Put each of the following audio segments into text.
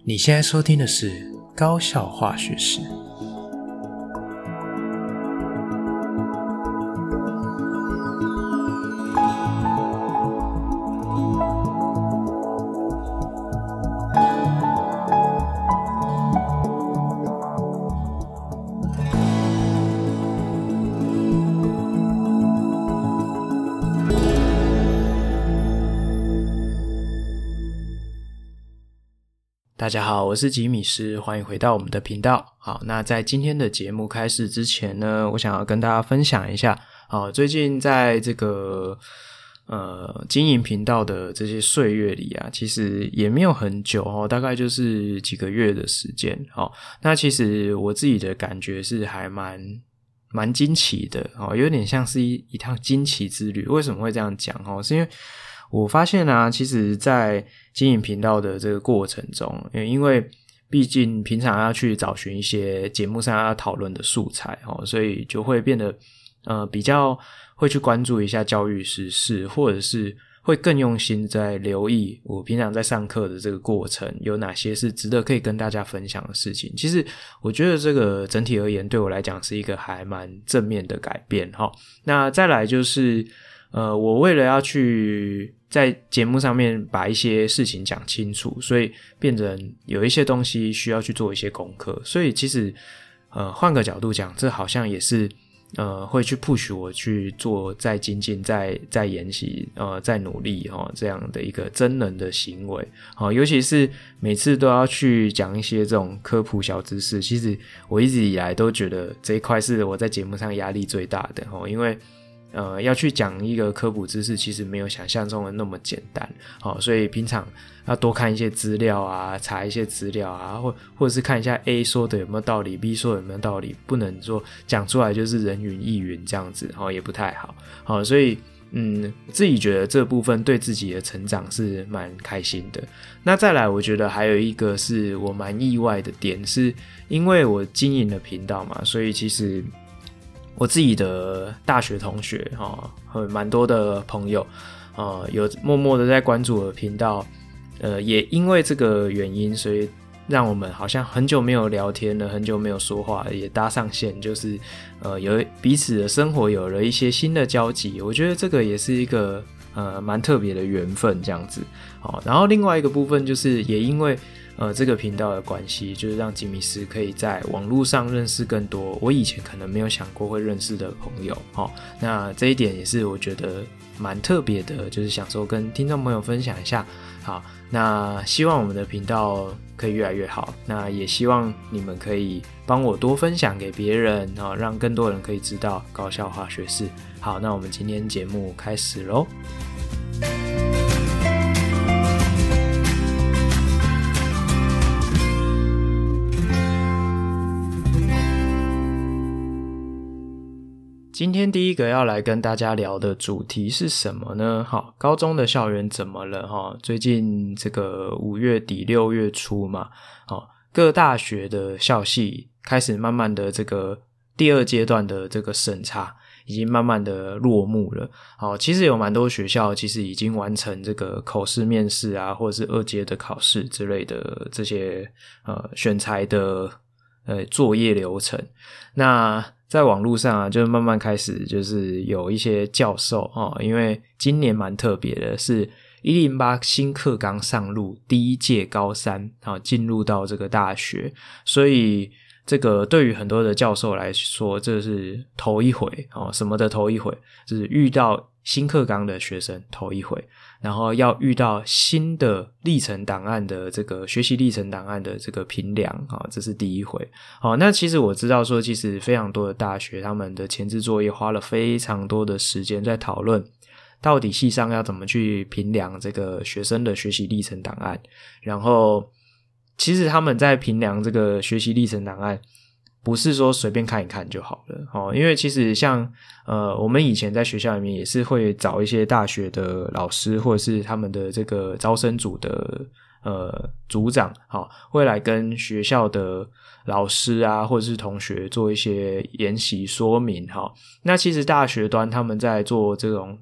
你现在收听的是高效化学式。大家好，我是吉米师，欢迎回到我们的频道。好，那在今天的节目开始之前呢，我想要跟大家分享一下，最近在这个经营频道的这些岁月里啊，其实也没有很久大概就是几个月的时间。那其实我自己的感觉是还蛮惊奇的，有点像是一趟惊奇之旅。为什么会这样讲？是因为我发现啊，其实在经营频道的这个过程中，因为毕竟平常要去找寻一些节目上要讨论的素材，所以就会变得比较会去关注一下教育时事，或者是会更用心在留意我平常在上课的这个过程有哪些是值得可以跟大家分享的事情。其实我觉得这个整体而言对我来讲是一个还蛮正面的改变。那再来就是我为了要去在节目上面把一些事情讲清楚，所以变成有一些东西需要去做一些功课。所以其实换个角度讲，这好像也是会去 push 我去做再精进、再研习、再努力这样的一个真人的行为。尤其是每次都要去讲一些这种科普小知识，其实我一直以来都觉得这一块是我在节目上压力最大的因为要去讲一个科普知识，其实没有想象中的那么简单。所以平常要多看一些资料啊，查一些资料啊，或者是看一下 A 说的有没有道理， B 说的有没有道理，不能说讲出来就是人云亦云这样子也不太好。所以自己觉得这部分对自己的成长是蛮开心的。那再来我觉得还有一个是我蛮意外的点，是因为我经营了频道嘛，所以其实我自己的大学同学和蛮多的朋友有默默的在关注我的频道，也因为这个原因，所以让我们好像很久没有聊天了，很久没有说话了，也搭上线，就是有彼此的生活有了一些新的交集。我觉得这个也是一个蛮特别的缘分这样子。然后另外一个部分就是也因为这个频道的关系，就是让吉米斯可以在网络上认识更多我以前可能没有想过会认识的朋友。那这一点也是我觉得蛮特别的，就是想说跟听众朋友分享一下。好，那希望我们的频道可以越来越好，那也希望你们可以帮我多分享给别人，让更多人可以知道高效化学式。好，那我们今天节目开始咯。今天第一个要来跟大家聊的主题是什么呢？高中的校园怎么了？最近这个5月底6月初嘛，各大学的校系开始慢慢的这个第二阶段的这个审查已经慢慢的落幕了。其实有蛮多学校其实已经完成这个口试面试啊，或者是2阶的考试之类的这些选材的作业流程。那在网络上啊，就慢慢开始就是有一些教授因为今年蛮特别的，是108新课纲上路，第一届高三进入到这个大学，所以这个对于很多的教授来说，这是头一回什么的头一回，就是遇到新课纲的学生头一回，然后要遇到新的历程档案的这个学习历程档案的这个评量这是第一回。那其实我知道说，其实非常多的大学他们的前置作业花了非常多的时间在讨论到底系上要怎么去评量这个学生的学习历程档案，然后其实他们在评量这个学习历程档案不是说随便看一看就好了因为其实像我们以前在学校里面也是会找一些大学的老师，或者是他们的这个招生组的组长会来跟学校的老师啊或者是同学做一些研习说明那其实大学端他们在做这种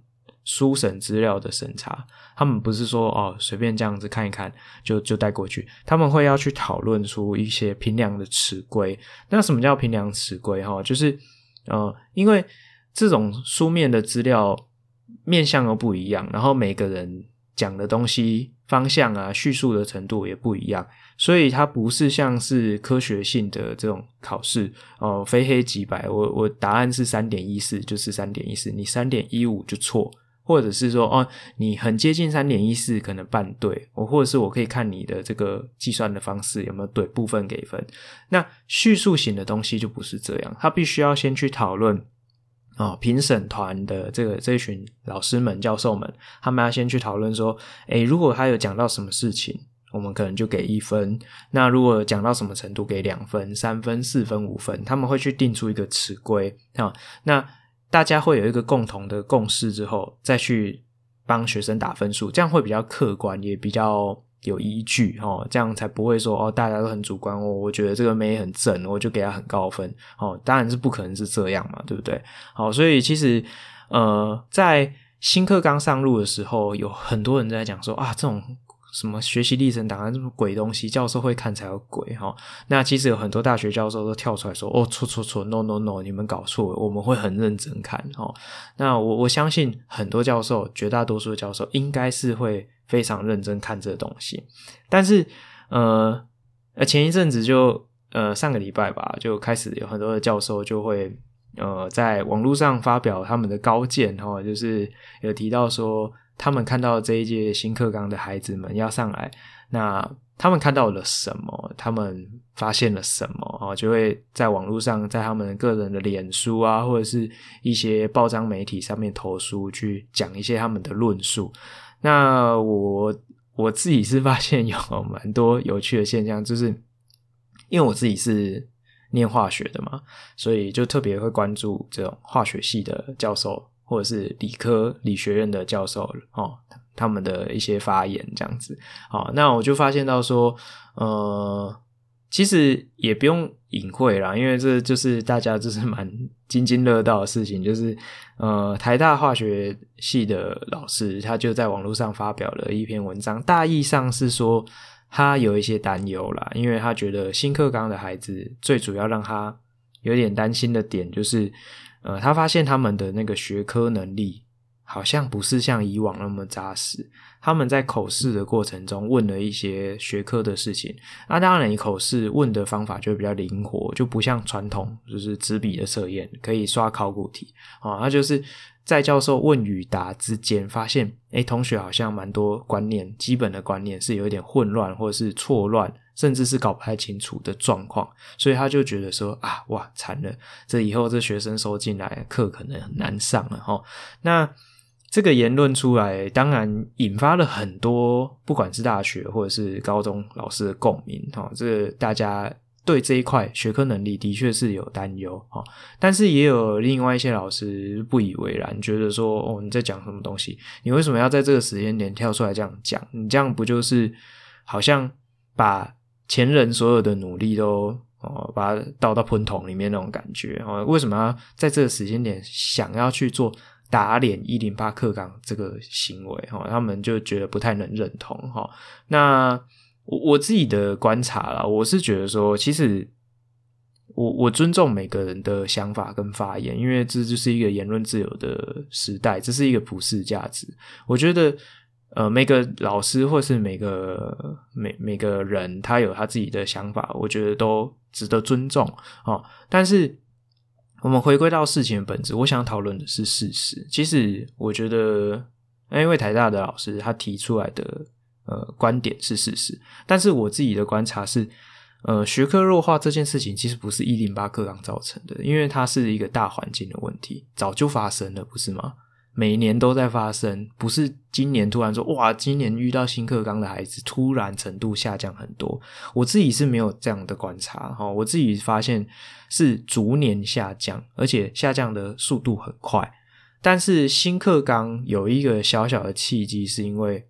书审资料的审查，他们不是说随便这样子看一看就带过去，他们会要去讨论出一些评量的尺规。那什么叫评量尺规就是因为这种书面的资料面向又不一样，然后每个人讲的东西方向啊叙述的程度也不一样，所以它不是像是科学性的这种考试非黑即白，我答案是 3.14 就是 3.14， 你 3.15 就错，或者是说你很接近 3.14 可能半对，或者是我可以看你的这个计算的方式有没有对，部分给分。那叙述型的东西就不是这样，他必须要先去讨论评审团的这一群老师们教授们，他们要先去讨论说如果他有讲到什么事情我们可能就给1分，那如果讲到什么程度给2分、3分、4分、5分，他们会去定出一个尺规那大家会有一个共同的共识之后再去帮学生打分数，这样会比较客观也比较有依据这样才不会说大家都很主观我觉得这个妹很正我就给他很高分当然是不可能是这样嘛，对不对？好，所以其实在新课纲上路的时候有很多人在讲说这种什么学习历程档案这么鬼东西教授会看才有鬼那其实有很多大学教授都跳出来说错 no 你们搞错了，我们会很认真看那我相信很多教授绝大多数的教授应该是会非常认真看这个东西，但是前一阵子就上个礼拜吧就开始有很多的教授就会在网络上发表他们的高见就是有提到说他们看到这一届新课纲的孩子们要上来，那他们看到了什么，他们发现了什么就会在网络上在他们个人的脸书啊或者是一些报章媒体上面投书去讲一些他们的论述。那我自己是发现有蛮多有趣的现象，就是因为我自己是念化学的嘛，所以就特别会关注这种化学系的教授或者是理学院的教授他们的一些发言这样子那我就发现到说其实也不用隐晦啦，因为这就是大家就是蛮津津乐道的事情，就是台大化学系的老师他就在网络上发表了一篇文章，大意上是说他有一些担忧啦，因为他觉得新课纲的孩子最主要让他有点担心的点就是他发现他们的那个学科能力好像不是像以往那么扎实，他们在口试的过程中问了一些学科的事情，那当然你口试问的方法就会比较灵活，就不像传统就是纸笔的测验可以刷考古题他就是在教授问与答之间发现同学好像蛮多观念基本的观念是有一点混乱或者是错乱甚至是搞不太清楚的状况，所以他就觉得说哇惨了，这以后这学生收进来课可能很难上了那这个言论出来当然引发了很多不管是大学或者是高中老师的共鸣这个大家对这一块学科能力的确是有担忧但是也有另外一些老师不以为然，觉得说你在讲什么东西，你为什么要在这个时间点跳出来这样讲，你这样不就是好像把前人所有的努力都把它倒到喷桶里面那种感觉为什么要在这个时间点想要去做打脸108课纲这个行为他们就觉得不太能认同那我自己的观察啦，我是觉得说其实我尊重每个人的想法跟发言，因为这就是一个言论自由的时代，这是一个普世价值，我觉得每个老师或是每个人他有他自己的想法，我觉得都值得尊重但是我们回归到事情的本质，我想讨论的是事实。其实我觉得因为台大的老师他提出来的观点是事实，但是我自己的观察是学科弱化这件事情其实不是108课纲造成的，因为它是一个大环境的问题，早就发生了不是吗？每年都在发生，不是今年突然说哇今年遇到新课纲的孩子突然程度下降很多，我自己是没有这样的观察我自己发现是逐年下降，而且下降的速度很快。但是新课纲有一个小小的契机，是因为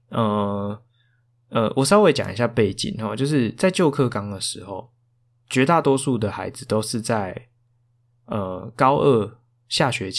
我稍微讲一下背景就是在旧课纲的时候，绝大多数的孩子都是在高二下学期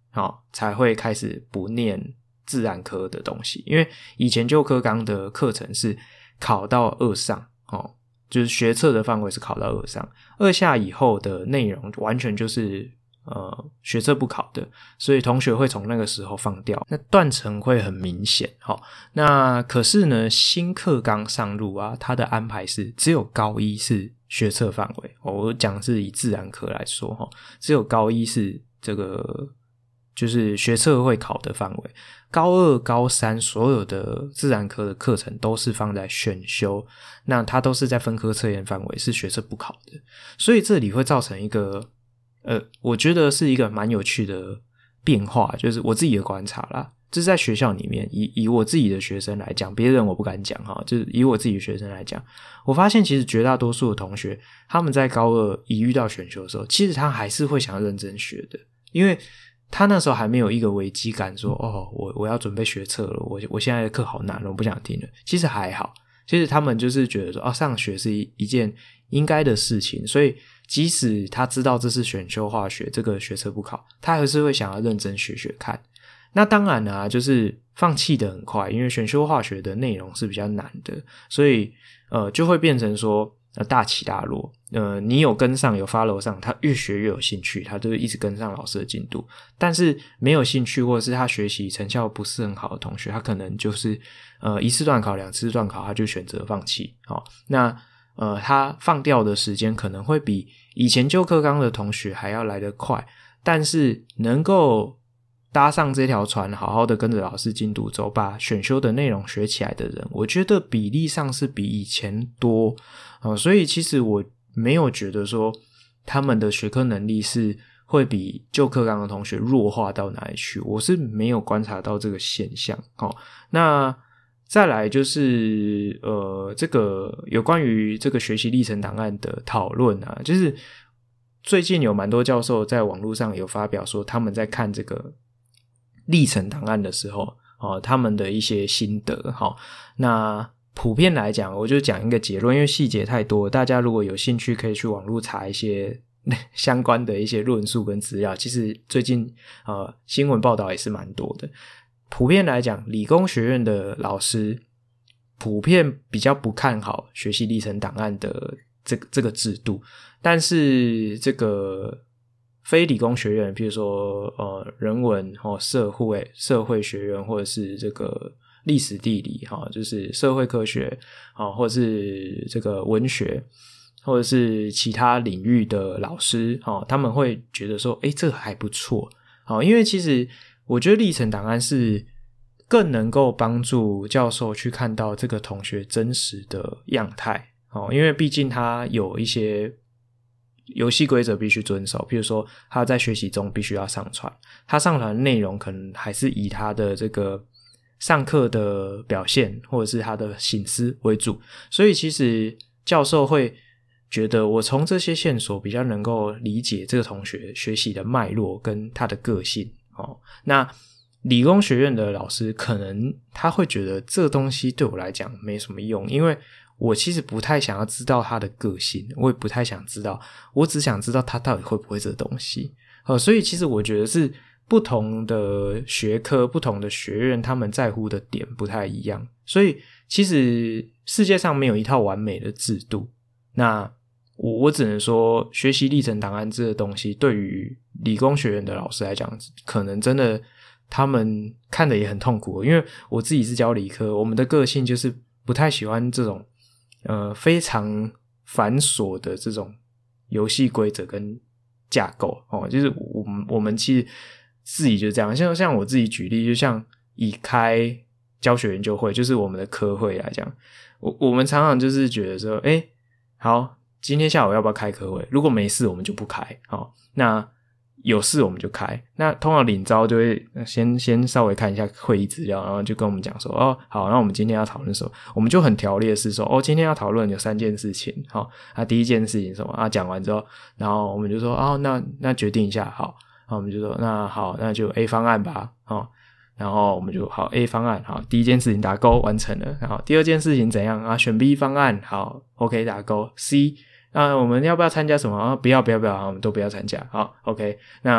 才会开始不念自然科的东西。因为以前旧课纲的课程是考到2上就是学测的范围是考到2上，2下以后的内容完全就是学测不考的，所以同学会从那个时候放掉，那断层会很明显。那可是呢，新课纲上路啊，它的安排是只有高一是学测范围，我讲是以自然科来说，只有高一是这个就是学测会考的范围，高2、高3所有的自然科的课程都是放在选修，那它都是在分科测验范围，是学测不考的，所以这里会造成一个我觉得是一个蛮有趣的变化，就是我自己的观察啦，就是在学校里面以我自己的学生来讲，别人我不敢讲就是以我自己的学生来讲，我发现其实绝大多数的同学他们在高2一遇到选修的时候，其实他还是会想要认真学的，因为他那时候还没有一个危机感说我要准备学测了，我现在的课好难了，我不想听了。其实还好，其实他们就是觉得说上学是一件应该的事情，所以即使他知道这是选修化学，这个学测不考，他还是会想要认真学学看。那当然啦，就是放弃的很快，因为选修化学的内容是比较难的，所以就会变成说大起大落。你有跟上有 follow 上，他越学越有兴趣，他就一直跟上老师的进度。但是没有兴趣或者是他学习成效不是很好的同学，他可能就是一次段考2次段考他就选择放弃。那他放掉的时间可能会比以前旧课纲的同学还要来得快，但是能够搭上这条船好好的跟着老师进度走，把选修的内容学起来的人，我觉得比例上是比以前多所以其实我没有觉得说他们的学科能力是会比旧课纲的同学弱化到哪里去，我是没有观察到这个现象那再来就是这个有关于这个学习历程档案的讨论啊，就是最近有蛮多教授在网络上有发表说他们在看这个历程档案的时候他们的一些心得那普遍来讲我就讲一个结论，因为细节太多，大家如果有兴趣可以去网络查一些相关的一些论述跟资料，其实最近新闻报道也是蛮多的。普遍来讲，理工学院的老师普遍比较不看好学习历程档案的这个制度，但是这个非理工学院，比如说人文社会学院，或者是这个历史地理就是社会科学或者是这个文学，或者是其他领域的老师他们会觉得说这个还不错因为其实我觉得历程档案是更能够帮助教授去看到这个同学真实的样态因为毕竟他有一些游戏规则必须遵守，比如说他在学习中必须要上传，他上传的内容可能还是以他的这个上课的表现或者是他的省思为主，所以其实教授会觉得我从这些线索比较能够理解这个同学学习的脉络跟他的个性那理工学院的老师可能他会觉得这个东西对我来讲没什么用，因为我其实不太想要知道他的个性，我也不太想知道，我只想知道他到底会不会这个东西所以其实我觉得是不同的学科不同的学院他们在乎的点不太一样，所以其实世界上没有一套完美的制度，那我只能说学习历程档案这个东西对于理工学院的老师来讲可能真的他们看的也很痛苦，因为我自己是教理科，我们的个性就是不太喜欢这种非常繁琐的这种游戏规则跟架构就是我们其实自己就这样，像我自己举例，就像以开教学研究会，就是我们的科会来讲，我们常常就是觉得说好，今天下午要不要开科会，如果没事我们就不开那有事我们就开，那通常领招就会先稍微看一下会议资料，然后就跟我们讲说好，那我们今天要讨论什么，我们就很条列是说今天要讨论有3件事情第一件事情什么讲完之后，然后我们就说那决定一下，好，然后我们就说那好，那就 A 方案吧然后我们就好 A 方案，好，第一件事情打勾完成了，然后第二件事情怎样选 B 方案，好 OK 打勾 C我们要不要参加什么不要我们都不要参加，好 OK， 那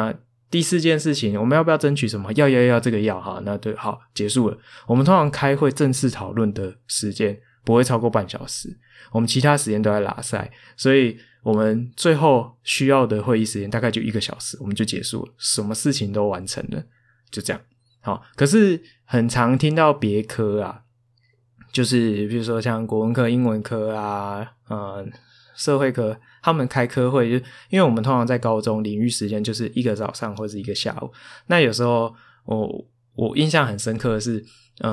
第4件事情，我们要不要争取什么？要这个要，好，那对，好，结束了。我们通常开会正式讨论的时间不会超过半小时，我们其他时间都在拉赛，所以我们最后需要的会议时间大概就1个小时，我们就结束了，什么事情都完成了，就这样。好，可是很常听到别科啊，就是比如说像国文科、英文科啊，社会科，他们开科会，就因为我们通常在高中领域时间就是1个早上或是1个下午，那有时候我印象很深刻的是，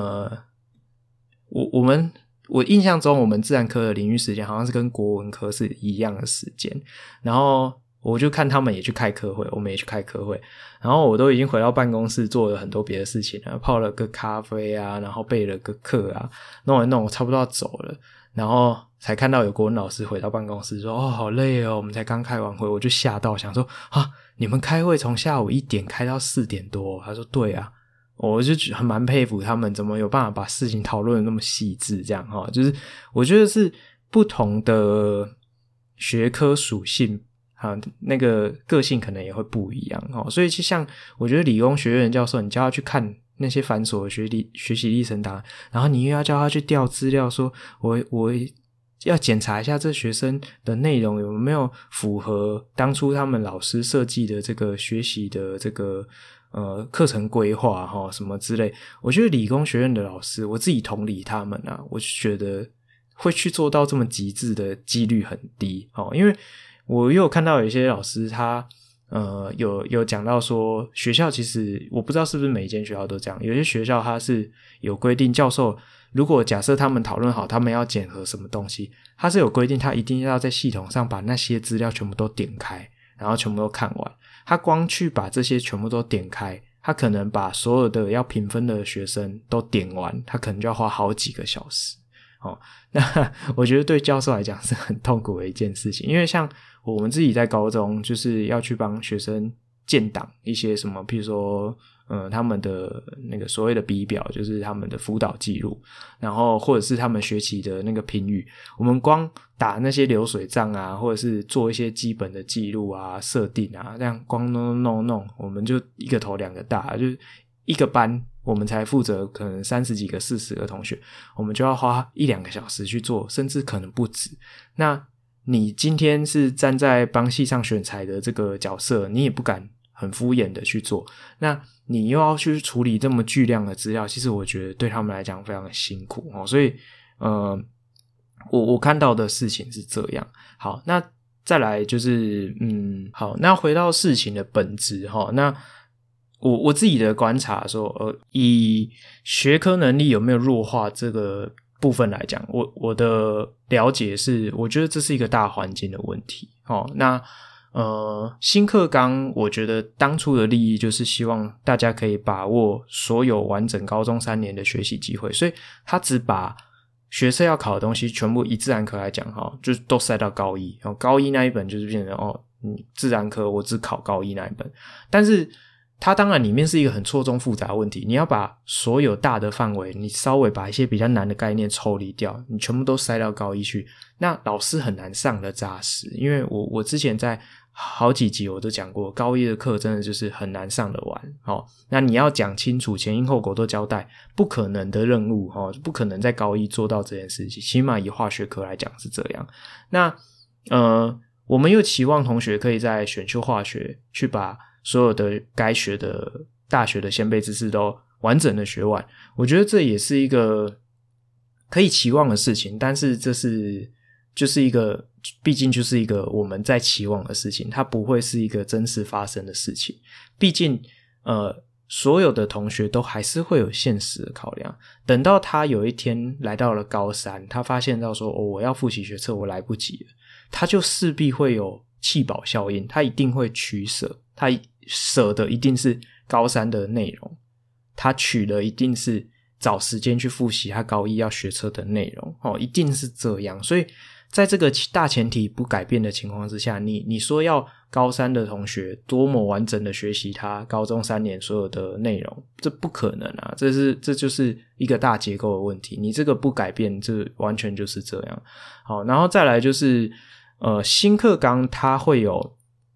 我印象中我们自然科的领域时间好像是跟国文科是一样的时间，然后我就看他们也去开科会，我们也去开科会，然后我都已经回到办公室做了很多别的事情了，泡了个咖啡啊，然后备了个课啊，弄一弄我差不多要走了，然后才看到有国文老师回到办公室说好累哦，我们才刚开完会，我就吓到想说你们开会从下午1点开到4点多，他说对啊，我就很蛮佩服他们怎么有办法把事情讨论的那么细致这样就是我觉得是不同的学科属性那个个性可能也会不一样所以就像我觉得理工学院的教授，你叫他去看那些繁琐的学习历程档案，然后你又要叫他去调资料，说我要检查一下这学生的内容有没有符合当初他们老师设计的这个学习的这个课程规划什么之类。我觉得理工学院的老师，我自己同理他们啊，我就觉得会去做到这么极致的几率很低因为我又有看到有一些老师他有讲到说，学校其实我不知道是不是每一间学校都这样，有些学校它是有规定，教授如果假设他们讨论好他们要检核什么东西，他是有规定他一定要在系统上把那些资料全部都点开，然后全部都看完。他光去把这些全部都点开，他可能把所有的要评分的学生都点完，他可能就要花好几个小时那我觉得对教授来讲是很痛苦的一件事情，因为像我们自己在高中就是要去帮学生建档一些什么，譬如说他们的那个所谓的笔表，就是他们的辅导记录，然后或者是他们学期的那个评语，我们光打那些流水账啊，或者是做一些基本的记录啊、设定啊，这样光弄，我们就一个头两个大，就是一个班我们才负责可能30几个40个同学，我们就要花1-2个小时去做，甚至可能不止。那你今天是站在帮系上选材的这个角色，你也不敢很敷衍的去做，那你又要去处理这么巨量的资料，其实我觉得对他们来讲非常的辛苦所以我看到的事情是这样。好，那再来就是好，那回到事情的本质那我自己的观察说以学科能力有没有弱化这个部分来讲，我的了解是，我觉得这是一个大环境的问题那新课纲我觉得当初的利益就是希望大家可以把握所有完整高中3年的学习机会，所以他只把学测要考的东西全部以自然科来讲就是都塞到高一，然后高一那一本就是变成自然科我只考高一那一本，但是它当然里面是一个很错综复杂的问题，你要把所有大的范围，你稍微把一些比较难的概念抽离掉，你全部都塞到高一去，那老师很难上得扎实。因为我之前在好几集我都讲过，高一的课真的就是很难上得完那你要讲清楚前因后果都交代，不可能的任务不可能在高一做到这件事情，起码以化学科来讲是这样。那我们又期望同学可以在选修化学去把所有的该学的大学的先辈知识都完整的学完，我觉得这也是一个可以期望的事情，但是这是就是一个毕竟就是一个我们在期望的事情，它不会是一个真实发生的事情。毕竟所有的同学都还是会有现实的考量，等到他有一天来到了高3，他发现到说我要复习学测我来不及了，他就势必会有弃保效应，他一定会取舍，他舍的一定是高3的内容，他取的一定是找时间去复习他高一要学测的内容一定是这样。所以在这个大前提不改变的情况之下，你说要高3的同学多么完整的学习他高中3年所有的内容，这不可能啊，这就是一个大结构的问题，你这个不改变，这完全就是这样。好，然后再来就是新课纲它会有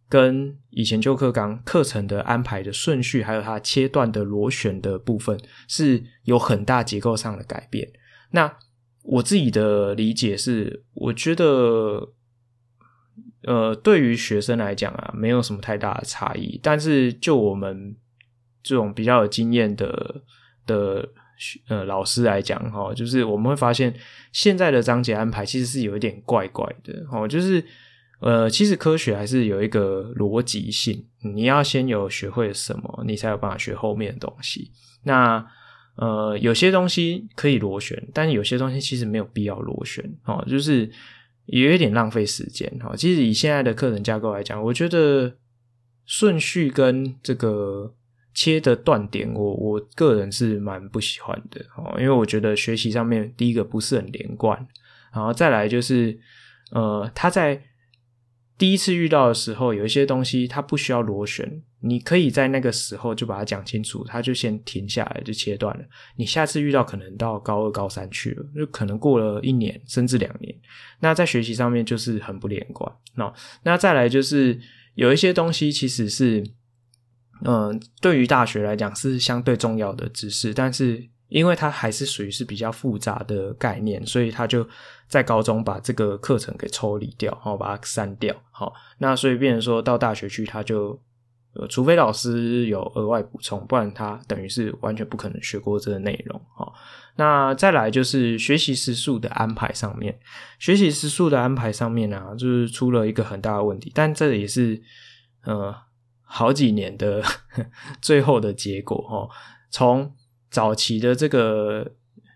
跟以前旧课纲课程的安排的顺序，还有它切断的螺旋的部分是有很大结构上的改变。那我自己的理解是，我觉得对于学生来讲啊，没有什么太大的差异，但是就我们这种比较有经验的老师来讲就是我们会发现现在的章节安排其实是有一点怪怪的就是其实科学还是有一个逻辑性，你要先有学会什么，你才有办法学后面的东西。那有些东西可以螺旋，但是有些东西其实没有必要螺旋就是有一点浪费时间其实以现在的课程架构来讲，我觉得顺序跟这个切的断点我个人是蛮不喜欢的因为我觉得学习上面第一个不是很连贯，然后再来就是他在第一次遇到的时候有一些东西它不需要螺旋，你可以在那个时候就把它讲清楚，它就先停下来就切断了，你下次遇到可能到高2高3去了，就可能过了1年甚至2年，那在学习上面就是很不连贯那再来就是有一些东西其实是对于大学来讲是相对重要的知识，但是因为它还是属于是比较复杂的概念，所以他就在高中把这个课程给抽离掉把它删掉那所以变成说到大学去他就除非老师有额外补充，不然他等于是完全不可能学过这个内容那再来就是学习时数的安排上面，学习时数的安排上面啊，就是出了一个很大的问题，但这也是好几年的最后的结果从早期的这个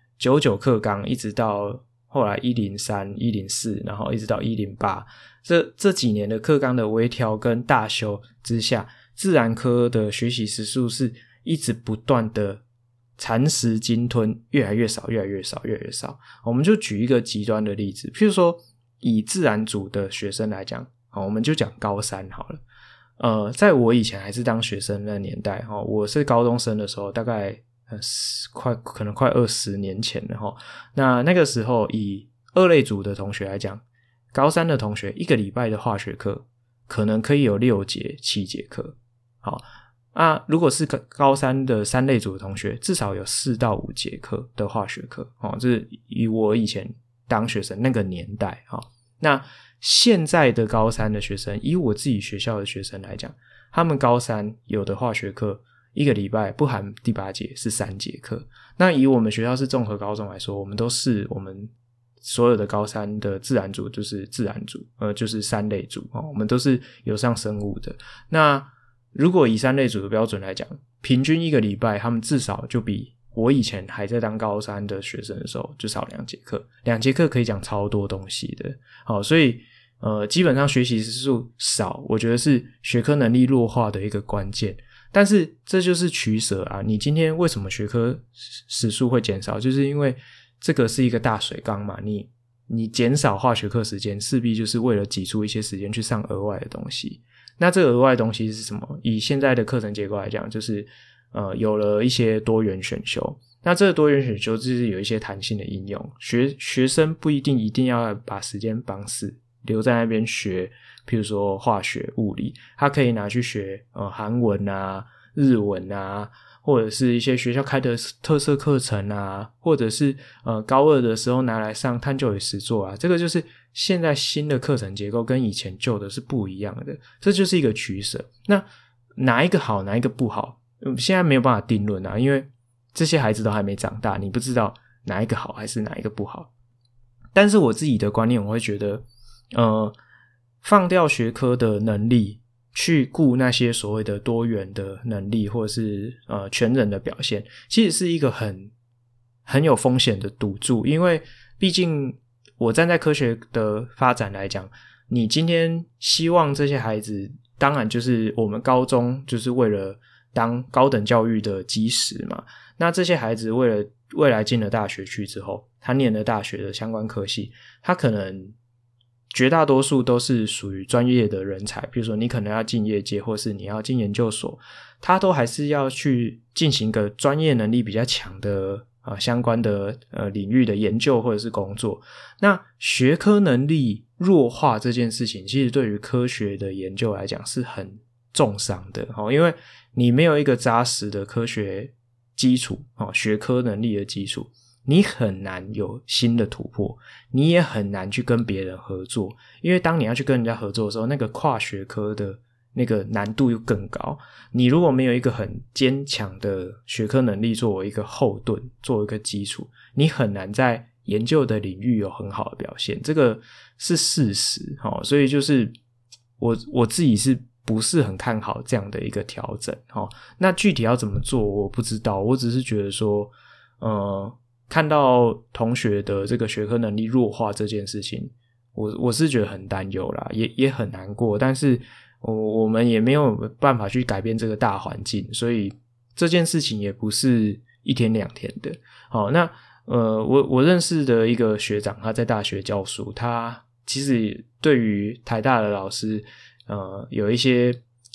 99课纲一直到后来103、104，然后一直到108，这几年的课纲的微调跟大修之下，自然科的学习时数是一直不断的蚕食鲸吞，越来越少越来越少越来越少。我们就举一个极端的例子，譬如说以自然组的学生来讲我们就讲高3好了。在我以前还是当学生的年代我是高中生的时候，大概可能快20年前了那个时候以2类组的同学来讲，高3的同学一个礼拜的化学课可能可以有6节7节课如果是高3的3类组的同学，至少有4到5节课的化学课这是以我以前当学生那个年代那现在的高3的学生，以我自己学校的学生来讲，他们高3有的化学课一个礼拜不含第8节是3节课。那以我们学校是综合高中来说，我们都是我们所有的高3的自然组就是自然组就是3类组我们都是有上生物的。那如果以3类组的标准来讲，平均一个礼拜他们至少就比我以前还在当高3的学生的时候就少2节课，2节课可以讲超多东西的所以基本上学习时数少，我觉得是学科能力弱化的一个关键。但是这就是取舍啊，你今天为什么学科时数会减少，就是因为这个是一个大水缸嘛，你减少化学课时间，势必就是为了挤出一些时间去上额外的东西。那这个额外的东西是什么？以现在的课程结构来讲，就是有了一些多元选修。那这个多元选修就是有一些弹性的应用，学生不一定要把时间绑死留在那边学，譬如说化学、物理，他可以拿去学韩文啊、日文啊，或者是一些学校开的特色课程啊，或者是高2的时候拿来上探究与实作啊，这个就是现在新的课程结构跟以前旧的是不一样的，这就是一个取舍。那哪一个好，哪一个不好，现在没有办法定论啊，因为这些孩子都还没长大，你不知道哪一个好还是哪一个不好。但是我自己的观念，我会觉得放掉学科的能力去顾那些所谓的多元的能力，或者是全人的表现，其实是一个很有风险的赌注。因为毕竟我站在科学的发展来讲，你今天希望这些孩子，当然就是我们高中就是为了当高等教育的基石嘛，那这些孩子为了未来进了大学去之后，他念了大学的相关科系，他可能绝大多数都是属于专业的人才，比如说你可能要进业界，或是你要进研究所，他都还是要去进行个专业能力比较强的相关的领域的研究或者是工作。那学科能力弱化这件事情，其实对于科学的研究来讲是很重伤的，因为你没有一个扎实的科学基础，学科能力的基础，你很难有新的突破，你也很难去跟别人合作，因为当你要去跟人家合作的时候，那个跨学科的那个难度又更高。你如果没有一个很坚强的学科能力作为一个后盾，作为一个基础，你很难在研究的领域有很好的表现，这个是事实。所以就是我自己是不是很看好这样的一个调整。那具体要怎么做我不知道，我只是觉得说看到同学的这个学科能力弱化这件事情，我是觉得很担忧啦，也很难过，但是我们也没有办法去改变这个大环境，所以这件事情也不是一天两天的。好，那我认识的一个学长，他在大学教书，他其实对于台大的老师有一些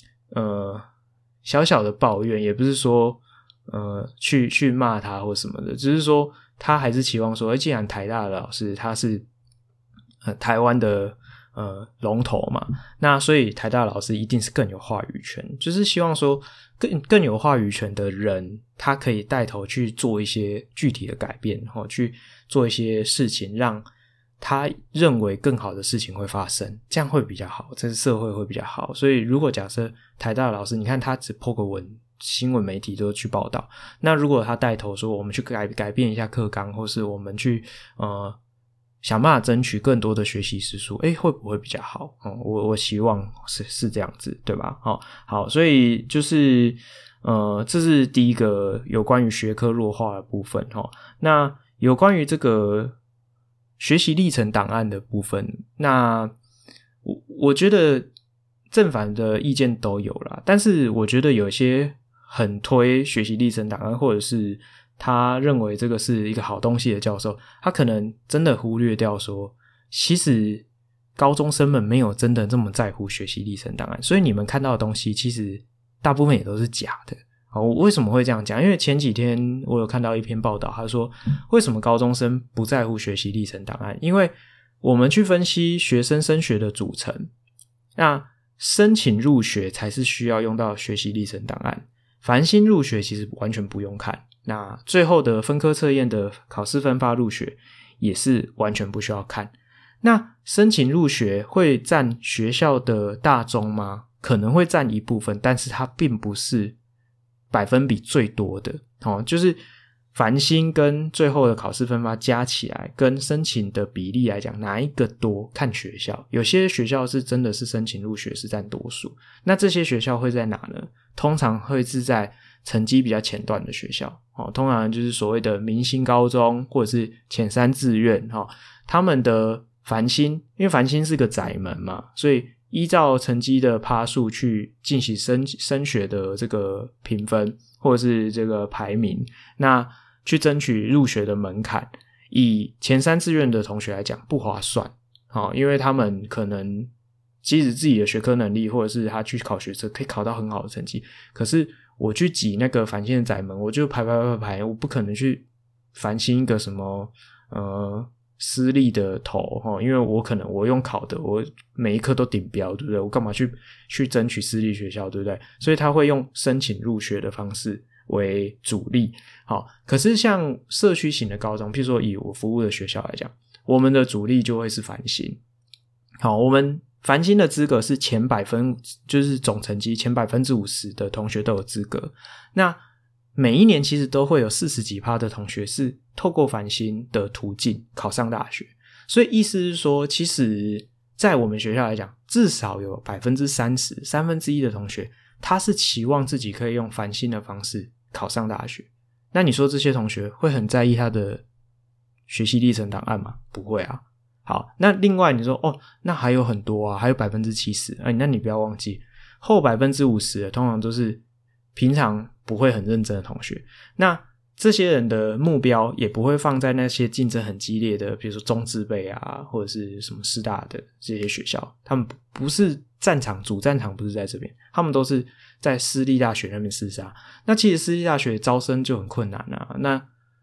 小小的抱怨，也不是说去骂他或什么的，只是说他还是期望说既然台大的老师他是台湾的龙头嘛，那所以台大老师一定是更有话语权，就是希望说更有话语权的人，他可以带头去做一些具体的改变，去做一些事情，让他认为更好的事情会发生，这样会比较好，这是社会会比较好。所以如果假设台大的老师，你看他只 po 个文，新闻媒体都去报道，那如果他带头说我们去改变一下课纲，或是我们去想办法争取更多的学习时数，会不会比较好？我希望是这样子，对吧？好，所以就是这是第一个有关于学科弱化的部分。那有关于这个学习历程档案的部分，那我觉得正反的意见都有啦，但是我觉得有些很推学习历程档案，或者是他认为这个是一个好东西的教授，他可能真的忽略掉说，其实高中生们没有真的这么在乎学习历程档案，所以你们看到的东西其实大部分也都是假的。我为什么会这样讲？因为前几天我有看到一篇报道，他说为什么高中生不在乎学习历程档案，因为我们去分析学生升学的组成，那申请入学才是需要用到学习历程档案，繁星入学其实完全不用看，那最后的分科测验的考试分发入学也是完全不需要看。那申请入学会占学校的大宗吗？可能会占一部分，但是它并不是百分比最多的。就是繁星跟最后的考试分发加起来跟申请的比例来讲，哪一个多看学校，有些学校是真的是申请入学是占多数，那这些学校会在哪呢？通常会是在成绩比较前段的学校，通常就是所谓的明星高中或者是前3志愿，他们的繁星，因为繁星是个窄门嘛，所以依照成绩的趴数去进行升学的这个评分或者是这个排名，那去争取入学的门槛，以前3志愿的同学来讲不划算，因为他们可能即使自己的学科能力或者是他去考学测可以考到很好的成绩，可是我去挤那个繁星的窄门，我就排，我不可能去繁星一个什么私立的头，因为我用考的，我每一科都顶标，对不对？我干嘛去争取私立学校，对不对？所以他会用申请入学的方式为主力。好，可是像社区型的高中，譬如说以我服务的学校来讲，我们的主力就会是繁星。好，我们繁星的资格是前100%，就是总成绩前50%的同学都有资格。那每一年其实都会有40几%的同学是透过繁星的途径考上大学，所以意思是说，其实在我们学校来讲，至少有 30%，1/3的同学他是期望自己可以用繁星的方式考上大学。那你说这些同学会很在意他的学习历程档案吗？不会啊。好，那另外你说那还有很多啊，还有 70%，那你不要忘记后 50% 的通常都是平常不会很认真的同学，那这些人的目标也不会放在那些竞争很激烈的，比如说中字辈啊，或者是什么师大的这些学校，他们不是主战场不是在这边，他们都是在私立大学那边厮杀。那其实私立大学招生就很困难啊，那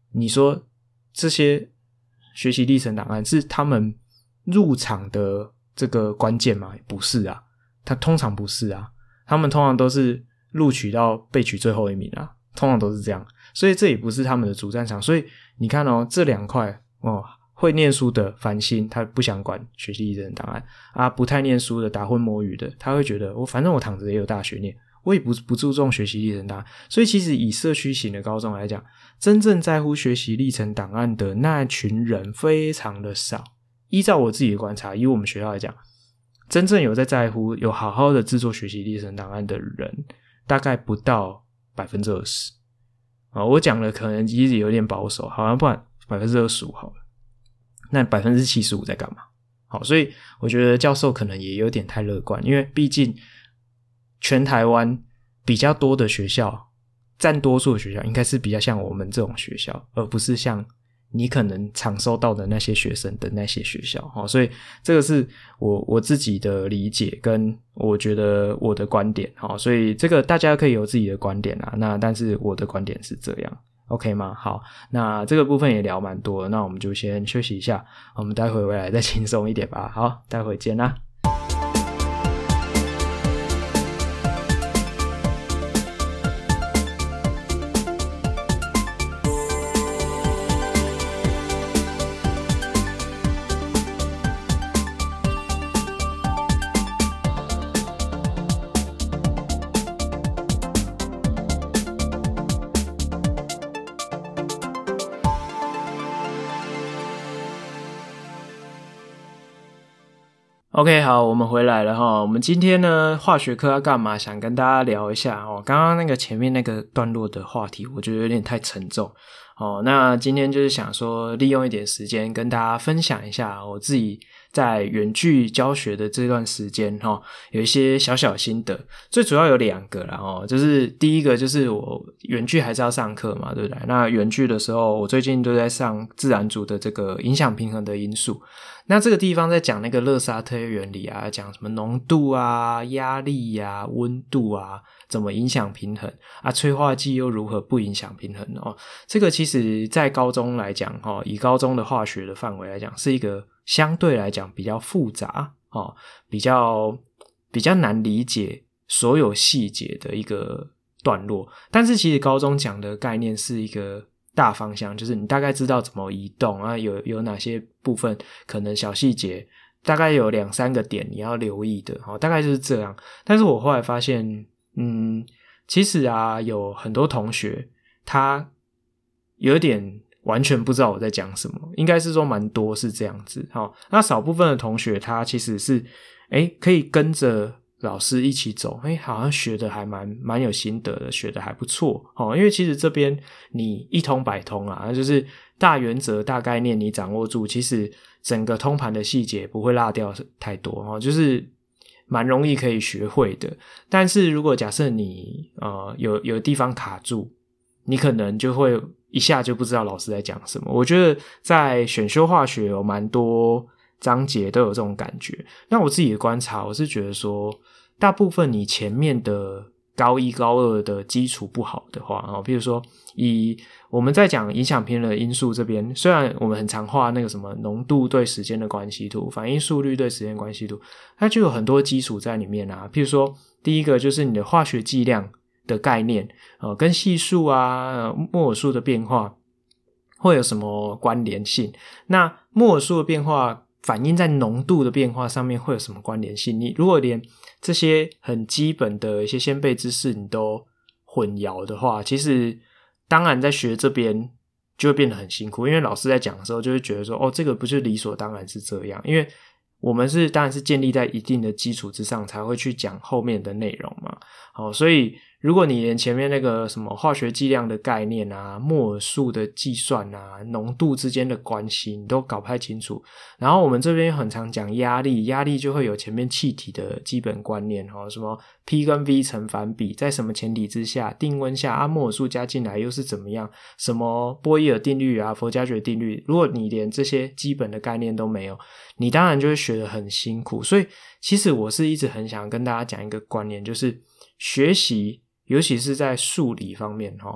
你说这些学习历程档案是他们入场的这个关键吗？不是啊，他通常不是啊，他们通常都是录取到备取最后一名啊，通常都是这样，所以这也不是他们的主战场。所以你看哦，这两块哦，会念书的繁星他不想管学习历程档案啊，不太念书的打混摸鱼的，他会觉得反正我躺着也有大学念，我也不注重学习历程档案。所以其实以社区型的高中来讲，真正在乎学习历程档案的那群人非常的少。依照我自己的观察，以我们学校来讲，真正有在乎有好好的制作学习历程档案的人大概不到 20% 我讲了可能其实有点保守，好像不然 25% 好了，那 75% 在干嘛？好，所以我觉得教授可能也有点太乐观，因为毕竟全台湾比较多的学校，占多数的学校应该是比较像我们这种学校，而不是像你可能常收到的那些学生的那些学校。所以这个是我自己的理解跟我觉得我的观点。所以这个大家可以有自己的观点啊，那但是我的观点是这样 OK 吗？好，那这个部分也聊蛮多了，那我们就先休息一下，我们待会回来再轻松一点吧。好，待会见啦。OK， 好，我们回来了齁。我们今天呢，化学课要干嘛？想跟大家聊一下哦。刚刚那个前面那个段落的话题，我觉得有点太沉重哦。那今天就是想说，利用一点时间跟大家分享一下我自己在远距教学的这段时间齁，有一些小小心得。最主要有2个啦齁，就是第一个就是我远距还是要上课嘛，对不对？那远距的时候，我最近都在上自然组的这个影响平衡的因素。那这个地方在讲那个勒沙特原理啊，讲什么浓度啊、压力啊、温度啊，怎么影响平衡啊，催化剂又如何不影响平衡哦。这个其实在高中来讲以高中的化学的范围来讲，是一个相对来讲比较复杂比较难理解所有细节的一个段落。但是其实高中讲的概念是一个大方向，就是你大概知道怎么移动啊，有哪些部分可能小细节，大概有2-3个点你要留意的大概就是这样。但是我后来发现其实啊有很多同学他有点完全不知道我在讲什么，应该是说蛮多是这样子那少部分的同学他其实是可以跟着老师一起走，好像学的还蛮有心得的，学的还不错因为其实这边你一通百通啊，就是大原则大概念你掌握住，其实整个通盘的细节不会落掉太多就是蛮容易可以学会的。但是如果假设你有地方卡住，你可能就会一下就不知道老师在讲什么。我觉得在选修化学有蛮多章节都有这种感觉。那我自己的观察，我是觉得说大部分你前面的高1高2的基础不好的话比如说以我们在讲影响平衡的因素这边，虽然我们很常画那个什么浓度对时间的关系图，反应速率对时间关系图，它就有很多基础在里面啊。譬如说第一个就是你的化学剂量的概念跟系数啊摩尔数的变化会有什么关联性，那摩尔数的变化反映在浓度的变化上面会有什么关联性。你如果连这些很基本的一些先辈知识你都混淆的话，其实当然在学这边就会变得很辛苦，因为老师在讲的时候就会觉得说这个不是理所当然是这样，因为我们当然是建立在一定的基础之上才会去讲后面的内容嘛所以如果你连前面那个什么化学剂量的概念啊、摩尔数的计算啊、浓度之间的关系你都搞不太清楚，然后我们这边很常讲压力就会有前面气体的基本观念什么 P 跟 V 成反比，在什么前提之下，定温下摩尔数加进来又是怎么样，什么波义耳定律啊、佛加爵定律，如果你连这些基本的概念都没有，你当然就会学得很辛苦。所以其实我是一直很想跟大家讲一个观念，就是学习尤其是在数理方面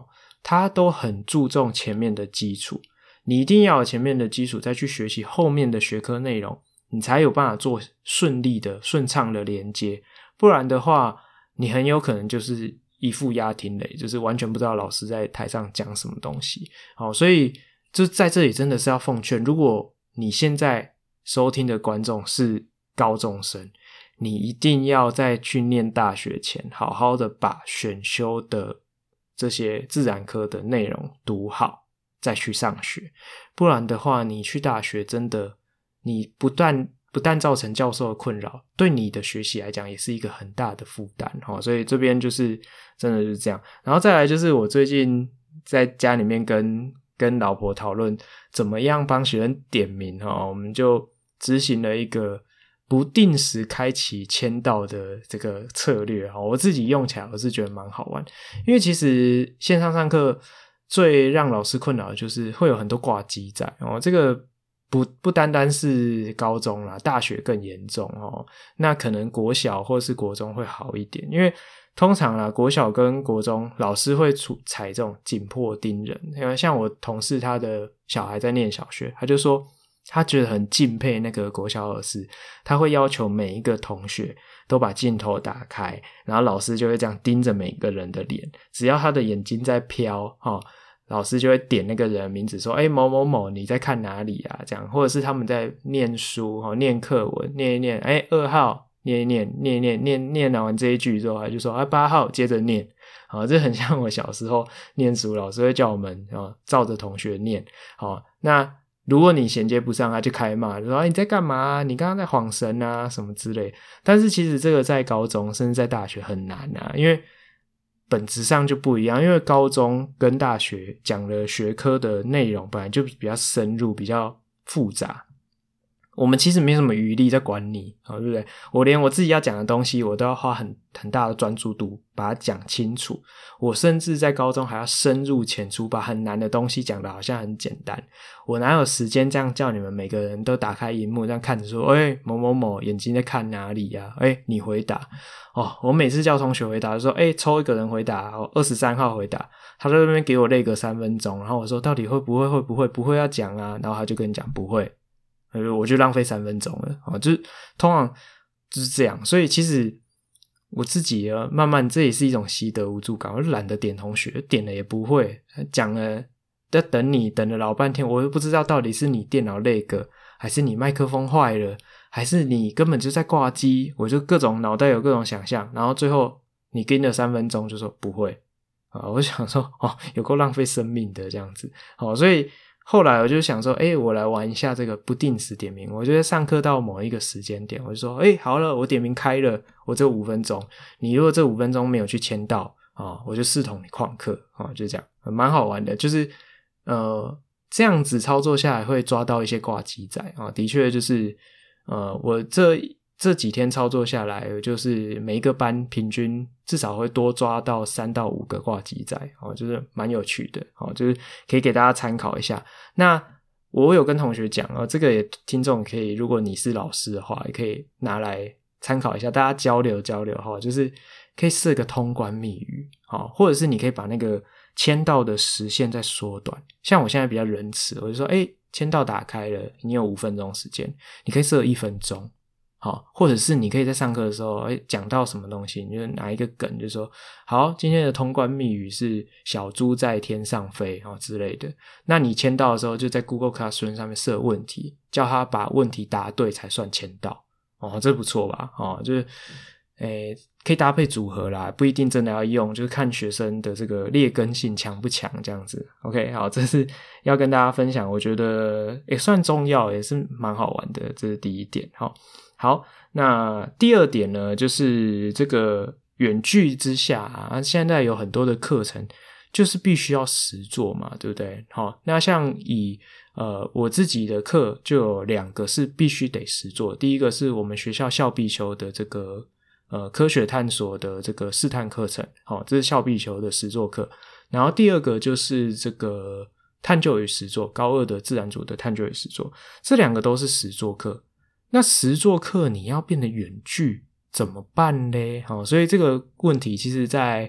它都很注重前面的基础，你一定要有前面的基础再去学习后面的学科内容，你才有办法做顺利的顺畅的连接，不然的话你很有可能就是一副鸭听雷，就是完全不知道老师在台上讲什么东西。好，所以就在这里真的是要奉劝，如果你现在收听的观众是高中生，你一定要在去念大学前好好的把选修的这些自然科的内容读好再去上学，不然的话你去大学真的你不但造成教授的困扰，对你的学习来讲也是一个很大的负担。所以这边就是真的就是这样。然后再来就是我最近在家里面跟老婆讨论怎么样帮学生点名，我们就执行了一个不定时开启签到的这个策略。我自己用起来我是觉得蛮好玩，因为其实线上上课最让老师困扰的就是会有很多挂机在这个不单单是高中啦，大学更严重那可能国小或是国中会好一点，因为通常啦国小跟国中老师会采这种紧迫盯人，因为像我同事他的小孩在念小学，他就说他觉得很敬佩那个国小老师，他会要求每一个同学都把镜头打开，然后老师就会这样盯着每个人的脸，只要他的眼睛在飘老师就会点那个人的名字说某某某你在看哪里啊，这样，或者是他们在念书念课文，念一念2号念一念完这一句之后他就说8号接着念这很像我小时候念书，老师会叫我们照着同学念那如果你衔接不上他就开骂，就说你在干嘛你刚刚在晃神啊什么之类。但是其实这个在高中甚至在大学很难因为本质上就不一样，因为高中跟大学讲的学科的内容本来就比较深入比较复杂，我们其实没什么余力在管你对不对？我连我自己要讲的东西我都要花很大的专注度把它讲清楚，我甚至在高中还要深入浅出把很难的东西讲得好像很简单，我哪有时间这样叫你们每个人都打开萤幕这样看着说某某某眼睛在看哪里啊你回答我每次叫同学回答就说抽一个人回答23号回答，他在那边给我累个3分钟，然后我说到底会不会要讲啊，然后他就跟你讲不会，我就浪费3分钟了就是通常就是这样。所以其实我自己慢慢这也是一种习得无助感，我就懒得点同学，点了也不会，讲了要等了老半天，我又不知道到底是你电脑累个还是你麦克风坏了还是你根本就在挂机，我就各种脑袋有各种想象，然后最后你跟了3分钟就说不会我想说有够浪费生命的这样子所以后来我就想说我来玩一下这个不定时点名，我就上课到某一个时间点我就说好了我点名开了，我只有5分钟，你如果这5分钟没有去签到我就视同你旷课就这样，蛮好玩的，就是这样子操作下来会抓到一些挂机仔的确就是我这几天操作下来就是每一个班平均至少会多抓到3到5个挂机仔就是蛮有趣的就是可以给大家参考一下。那我有跟同学讲这个也听众可以，如果你是老师的话也可以拿来参考一下，大家交流就是可以设个通关密语或者是你可以把那个签到的时限再缩短，像我现在比较仁慈，我就说签到打开了你有5分钟时间，你可以设1分钟或者是你可以在上课的时候讲到什么东西你就拿一个梗就说好今天的通关密语是小猪在天上飞之类的，那你签到的时候就在 Google Classroom 上面设问题，叫他把问题答对才算签到这不错吧就是可以搭配组合啦，不一定真的要用，就是看学生的这个劣根性强不强这样子。 OK 好，这是要跟大家分享，我觉得也算重要，也是蛮好玩的，这是第一点好，那第二点呢就是这个远距之下现在有很多的课程就是必须要实作嘛，对不对那像以我自己的课就有2个是必须得实作，第一个是我们学校校必修的这个科学探索的这个试探课程这是校必修的实作课，然后第二个就是这个探究与实作，高2的自然组的探究与实作，这2个都是实作课。那实作课你要变得远距怎么办呢所以这个问题其实在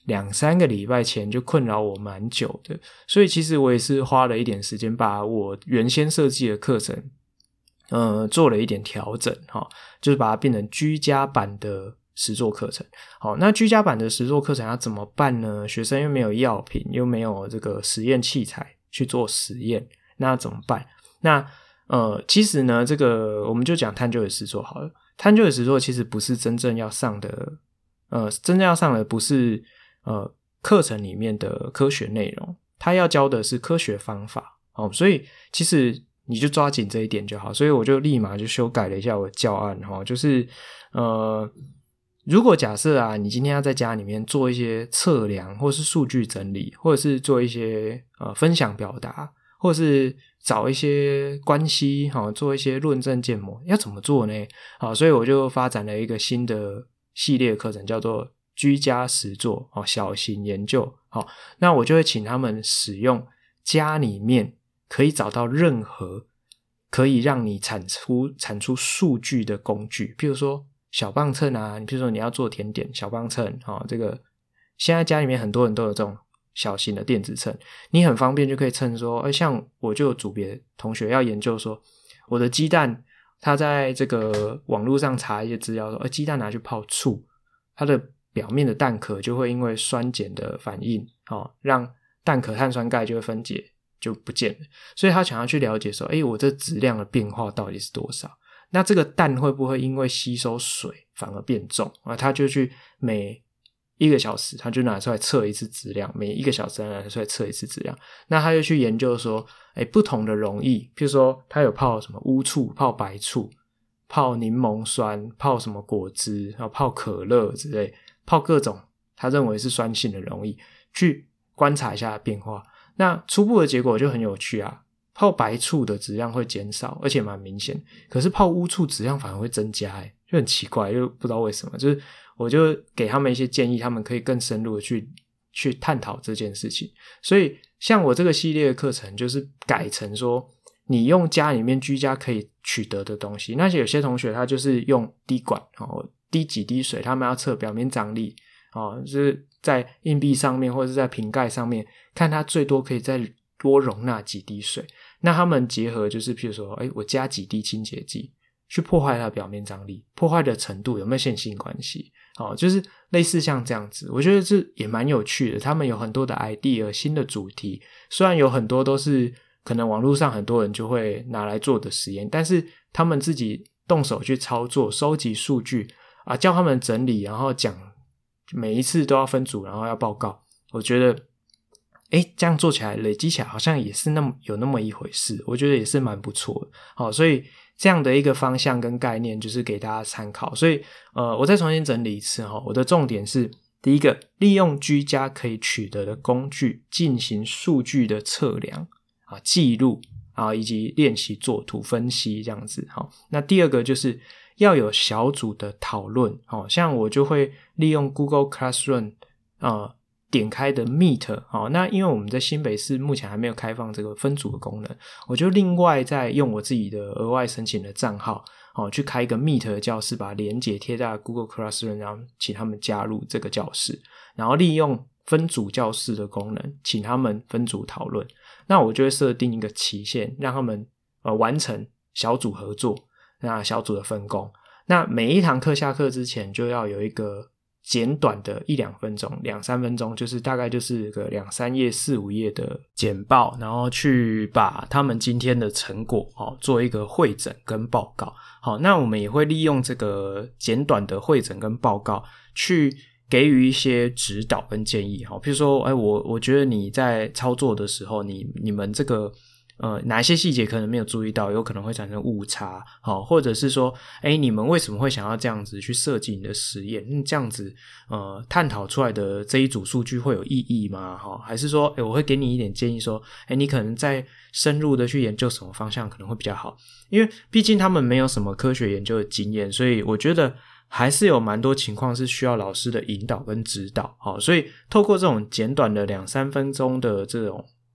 2-3个礼拜前就困扰我蛮久的，所以其实我也是花了一点时间把我原先设计的课程做了一点调整就是把它变成居家版的实作课程。好，那居家版的实作课程要怎么办呢？学生又没有药品，又没有这个实验器材去做实验，那怎么办？那其实呢，这个我们就讲探究的实作好了。探究的实作其实不是真正要上的真正要上的不是课程里面的科学内容，它要教的是科学方法所以其实你就抓紧这一点就好。所以我就立马就修改了一下我的教案就是如果假设你今天要在家里面做一些测量，或是数据整理，或者是做一些分享表达，或者是找一些关系做一些论证建模，要怎么做呢？所以我就发展了一个新的系列课程，叫做居家实作小型研究。那我就会请他们使用家里面可以找到任何可以让你产出数据的工具，譬如说小磅秤譬如说你要做甜点，小磅秤这个现在家里面很多人都有这种小型的电子秤，你很方便就可以称说像我就有组别同学要研究说我的鸡蛋，他在这个网络上查一些资料说鸡蛋拿去泡醋，它的表面的蛋壳就会因为酸碱的反应让蛋壳碳酸钙就会分解就不见了，所以他想要去了解说我这质量的变化到底是多少，那这个蛋会不会因为吸收水反而变重他就去每1个小时他就拿出来测一次质量，每1个小时拿出来测一次质量，那他就去研究说不同的溶液，譬如说他有泡什么乌醋，泡白醋，泡柠檬酸，泡什么果汁，泡可乐之类，泡各种他认为是酸性的溶液，去观察一下变化。那初步的结果就很有趣泡白醋的质量会减少，而且蛮明显，可是泡乌醋质量反而会增加就很奇怪，就不知道为什么。就是我就给他们一些建议，他们可以更深入的去探讨这件事情。所以像我这个系列的课程就是改成说你用家里面居家可以取得的东西，那有些同学他就是用滴管滴几滴水，他们要测表面张力就是在硬币上面或者是在瓶盖上面看它最多可以再多容纳几滴水，那他们结合就是譬如说我加几滴清洁剂去破坏它的表面张力，破坏的程度有没有线性关系就是类似像这样子，我觉得这也蛮有趣的。他们有很多的 idea 新的主题，虽然有很多都是可能网络上很多人就会拿来做的实验，但是他们自己动手去操作，收集数据叫他们整理，然后讲每一次都要分组，然后要报告，我觉得这样做起来累积起来好像也是有那么一回事，我觉得也是蛮不错的所以这样的一个方向跟概念就是给大家参考。所以我再重新整理一次我的重点是第一个，利用居家可以取得的工具进行数据的测量记录以及练习作图分析这样子那第二个就是要有小组的讨论像我就会利用 Google Classroom点开的 Meet 那因为我们在新北市目前还没有开放这个分组的功能，我就另外再用我自己的额外申请的账号去开一个 Meet 的教室，把连结贴在 Google Classroom， 然后请他们加入这个教室，然后利用分组教室的功能请他们分组讨论。那我就会设定一个期限，让他们完成小组合作，那小组的分工。那每一堂课下课之前就要有一个简短的1-2分钟2-3分钟，就是大概就是个2-3页4-5页的简报，然后去把他们今天的成果做一个汇整跟报告。好，那我们也会利用这个简短的汇整跟报告去给予一些指导跟建议比如说我觉得你在操作的时候你们这个哪一些细节可能没有注意到，有可能会产生误差或者是说你们为什么会想要这样子去设计你的实验，这样子探讨出来的这一组数据会有意义吗还是说我会给你一点建议说你可能再深入的去研究什么方向可能会比较好，因为毕竟他们没有什么科学研究的经验，所以我觉得还是有蛮多情况是需要老师的引导跟指导所以透过这种简短的2-3分钟的这种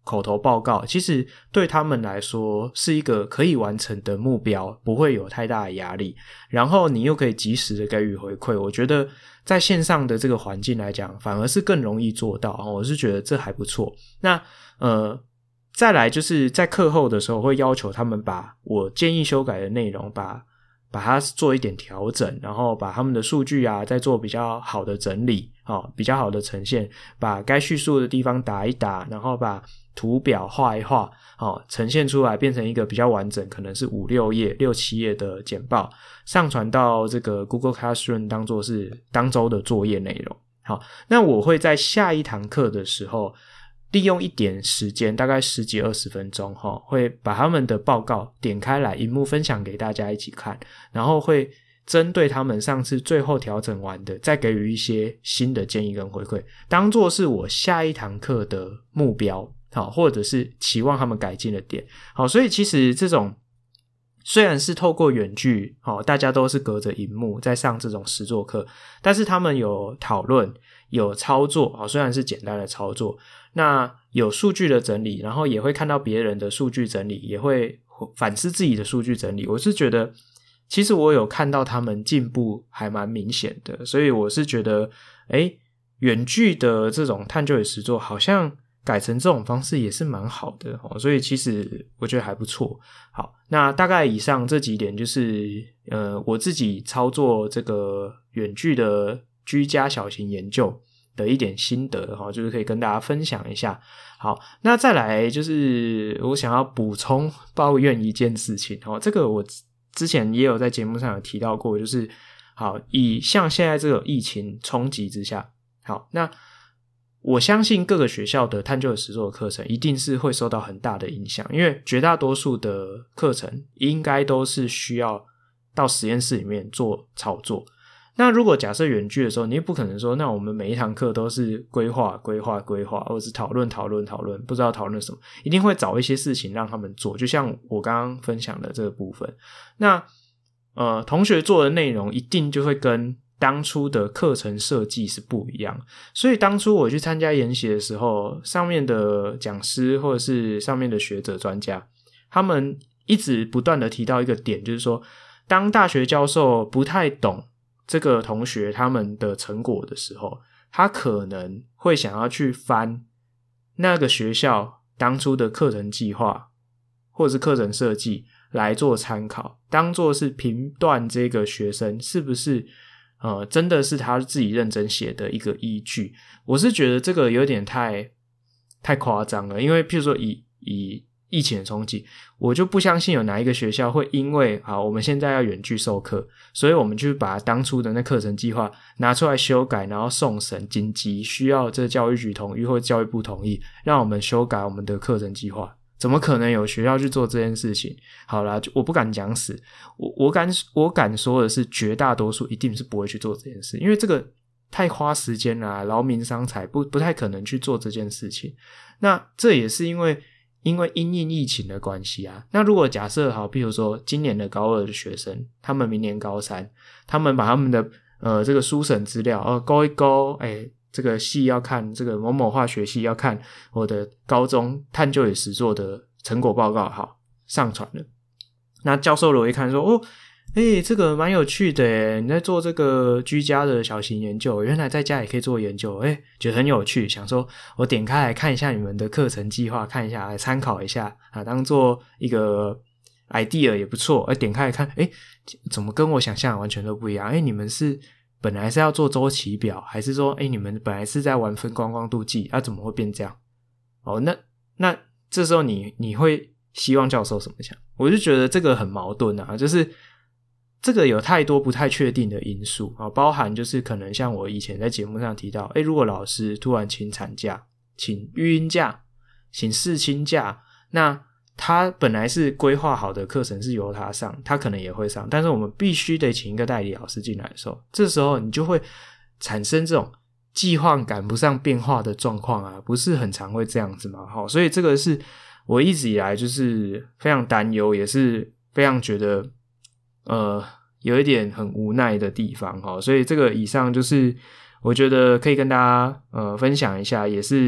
口头报告，其实对他们来说是一个可以完成的目标，不会有太大的压力，然后你又可以及时的给予回馈，我觉得在线上的这个环境来讲反而是更容易做到，我是觉得这还不错。那再来就是在课后的时候会要求他们把我建议修改的内容把它做一点调整，然后把他们的数据啊再做比较好的整理，比较好的呈现，把该叙述的地方打一打，然后把图表画一画，呈现出来变成一个比较完整，可能是5-6页、6-7页的简报，上传到这个 Google Classroom 当作是当周的作业内容。好，那我会在下一堂课的时候利用一点时间，大概10几20分钟，会把他们的报告点开来萤幕分享给大家一起看，然后会针对他们上次最后调整完的再给予一些新的建议跟回馈，当作是我下一堂课的目标，或者是期望他们改进的点。好，所以其实这种虽然是透过远距，大家都是隔着萤幕在上这种实作课，但是他们有讨论有操作，虽然是简单的操作，那有数据的整理，然后也会看到别人的数据整理，也会反思自己的数据整理。我是觉得其实我有看到他们进步还蛮明显的，所以我是觉得远距的这种探究与实作好像改成这种方式也是蛮好的，所以其实我觉得还不错。好，那大概以上这几点就是我自己操作这个远距的居家小型研究的一点心得，就是可以跟大家分享一下。好，那再来就是我想要补充抱怨一件事情，这个我之前也有在节目上有提到过，就是好，以像现在这个疫情冲击之下，好，那我相信各个学校的探究与实作的课程一定是会受到很大的影响，因为绝大多数的课程应该都是需要到实验室里面做操作。那如果假设远距的时候，你也不可能说那我们每一堂课都是规划，或者是讨论，不知道讨论什么，一定会找一些事情让他们做，就像我刚刚分享的这个部分。那同学做的内容一定就会跟当初的课程设计是不一样，所以当初我去参加研习的时候，上面的讲师或者是上面的学者专家，他们一直不断的提到一个点，就是说当大学教授不太懂这个同学他们的成果的时候，他可能会想要去翻那个学校当初的课程计划或者是课程设计来做参考，当作是评断这个学生是不是真的是他自己认真写的一个依据。我是觉得这个有点太夸张了，因为譬如说以疫情的冲击，我就不相信有哪一个学校会因为我们现在要远距授课，所以我们就把当初的那课程计划拿出来修改，然后送审紧急需要这教育局同意或教育部同意，让我们修改我们的课程计划。怎么可能有学校去做这件事情？好啦，我不敢讲死，我敢说的是绝大多数一定是不会去做这件事，因为这个太花时间啦，劳民伤财，不太可能去做这件事情。那这也是因为因应疫情的关系啊。那如果假设好，比如说今年的高2的学生，他们明年高3，他们把他们的这个书审资料勾一勾，这个系要看，这个某某化学系要看我的高中探究与实作的成果报告，好，上传了。那教授如果一看说这个蛮有趣的耶，你在做这个居家的小型研究，原来在家也可以做研究，觉得很有趣，想说我点开来看一下你们的课程计划，看一下来参考一下当做一个 idea 也不错。点开来看怎么跟我想象的完全都不一样，你们是本来是要做周期表，还是说你们本来是在玩分光度计怎么会变这样？那这时候你会希望教授怎么想？我就觉得这个很矛盾啊，就是这个有太多不太确定的因素包含就是可能像我以前在节目上提到如果老师突然请产假，请育婴假，请侍亲假，那他本来是规划好的课程是由他上，他可能也会上，但是我们必须得请一个代理老师进来的时候，这时候你就会产生这种计划赶不上变化的状况啊，不是很常会这样子嘛。所以这个是我一直以来就是非常担忧，也是非常觉得有一点很无奈的地方所以这个以上就是我觉得可以跟大家分享一下，也是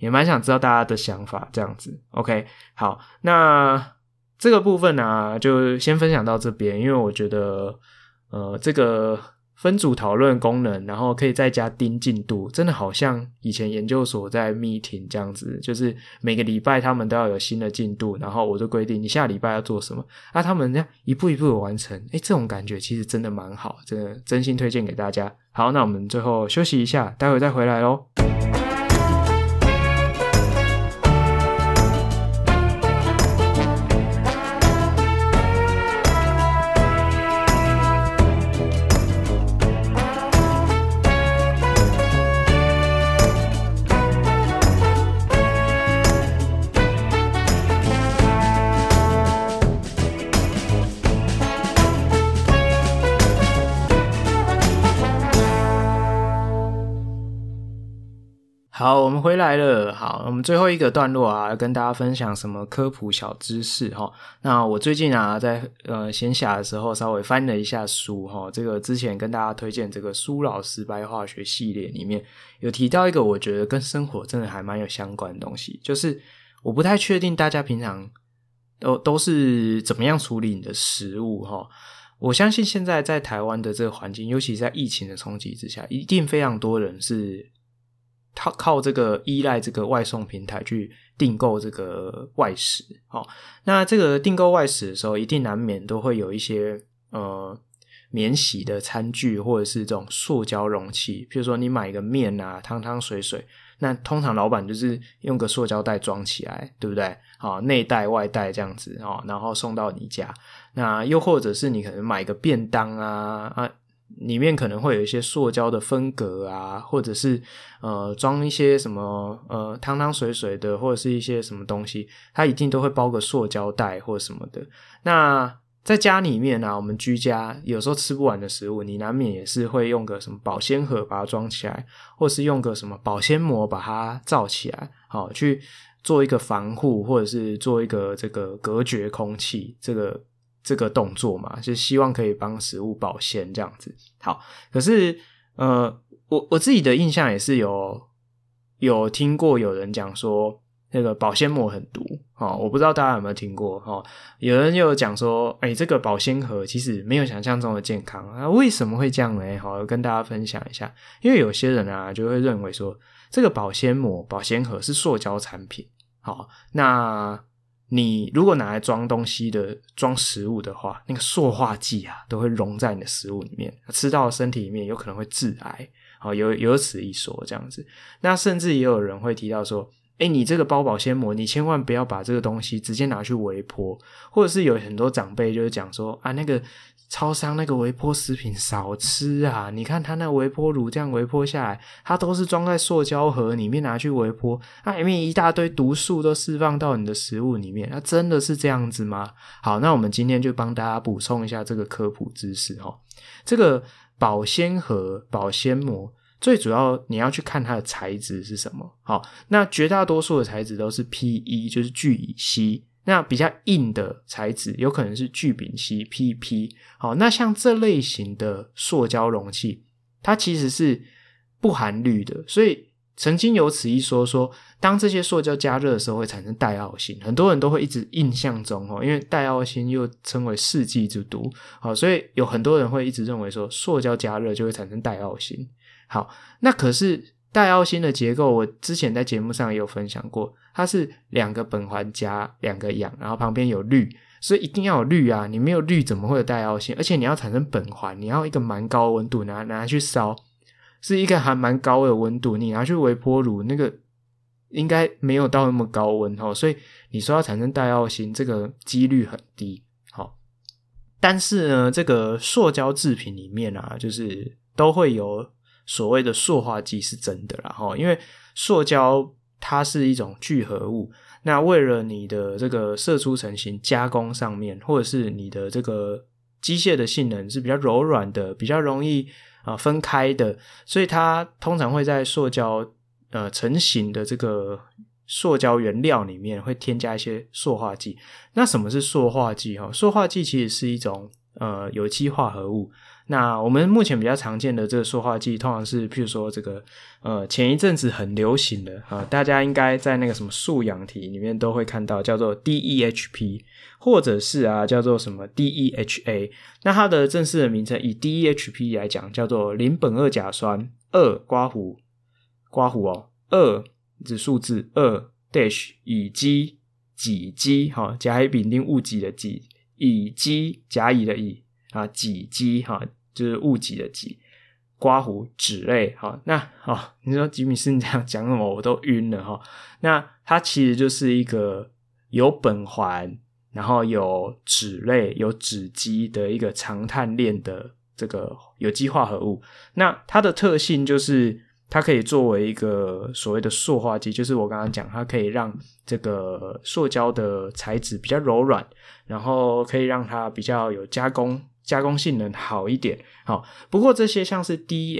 也蛮想知道大家的想法这样子。 OK， 好，那这个部分啊就先分享到这边，因为我觉得这个分组讨论功能，然后可以在家盯进度，真的好像以前研究所在 meeting 这样子，就是每个礼拜他们都要有新的进度，然后我就规定你下礼拜要做什么，他们这样一步一步的完成，这种感觉其实真的蛮好，真心推荐给大家。好，那我们最后休息一下，待会再回来咯。好，我们回来了。好，我们最后一个段落啊，跟大家分享什么科普小知识齁。那我最近啊，在闲暇的时候稍微翻了一下书齁。这个之前跟大家推荐这个苏老师白化学系列里面有提到一个我觉得跟生活真的还蛮有相关的东西，就是我不太确定大家平常都是怎么样处理你的食物齁。我相信现在在台湾的这个环境，尤其在疫情的冲击之下，一定非常多人是靠这个依赖这个外送平台去订购这个外食。那这个订购外食的时候，一定难免都会有一些免洗的餐具，或者是这种塑胶容器，比如说你买一个面啊，汤汤水水，那通常老板就是用个塑胶袋装起来，对不对？内带外带这样子，然后送到你家。那又或者是你可能买个便当啊里面可能会有一些塑胶的分隔啊，或者是装一些什么汤汤水水的，或者是一些什么东西，它一定都会包个塑胶袋或什么的。那在家里面啊，我们居家有时候吃不完的食物，你难免也是会用个什么保鲜盒把它装起来，或是用个什么保鲜膜把它罩起来，好去做一个防护，或者是做一个这个隔绝空气这个动作嘛，就希望可以帮食物保鲜这样子。好，可是我自己的印象也是有听过有人讲说那个保鲜膜很毒我不知道大家有没有听过有人又讲说这个保鲜盒其实没有想象中的健康为什么会这样呢？好，跟大家分享一下。因为有些人啊就会认为说这个保鲜膜保鲜盒是塑胶产品，好，那你如果拿来装东西的装食物的话，那个塑化剂啊都会溶在你的食物里面，吃到身体里面有可能会致癌，有此一说这样子。那甚至也有人会提到说你这个包保鲜膜你千万不要把这个东西直接拿去微波，或者是有很多长辈就是讲说那个超商那个微波食品少吃啊，你看它那微波炉这样微波下来，它都是装在塑胶盒里面拿去微波，里面一大堆毒素都释放到你的食物里面，那真的是这样子吗？好，那我们今天就帮大家补充一下这个科普知识这个保鲜盒保鲜膜最主要你要去看它的材质是什么。好，那绝大多数的材质都是 PE 就是聚乙烯，那比较硬的材质有可能是聚丙烯 PP。 好，那像这类型的塑胶容器它其实是不含氯的，所以曾经有此一说当这些塑胶加热的时候会产生戴奥辛，很多人都会一直印象中因为戴奥辛又称为世纪之毒，好，所以有很多人会一直认为说塑胶加热就会产生戴奥辛。好，那可是戴奥辛的结构我之前在节目上也有分享过，它是2个苯环加2个氧，然后旁边有氯，所以一定要有氯啊，你没有氯怎么会有戴奥辛？而且你要产生苯环，你要一个蛮高的温度拿去烧，是一个还蛮高的温度，你拿去微波炉那个应该没有到那么高温所以你说要产生戴奥辛这个几率很低。好，但是呢这个塑胶制品里面啊就是都会有所谓的塑化剂是真的啦因为塑胶它是一种聚合物，那为了你的这个射出成型加工上面，或者是你的这个机械的性能是比较柔软的，比较容易分开的，所以它通常会在塑胶成型的这个塑胶原料里面会添加一些塑化剂。那什么是塑化剂塑化剂其实是一种有机化合物。那我们目前比较常见的这个塑化剂通常是譬如说这个前一阵子很流行的大家应该在那个什么素养题里面都会看到叫做 DEHP 或者是叫做什么 DEHA。 那它的正式的名称以 DEHP 来讲叫做邻苯二甲酸22是数字2-乙基己基甲乙丙丁戊己的己，乙基甲乙的乙己基就是戊己的己，酯类那你说吉米斯你这样讲什么我都晕了那它其实就是一个有苯环然后有酯类有酯基的一个长碳链的这个有机化合物。那它的特性就是它可以作为一个所谓的塑化剂，就是我刚刚讲它可以让这个塑胶的材质比较柔软，然后可以让它比较有加工性能好一点。不过这些像是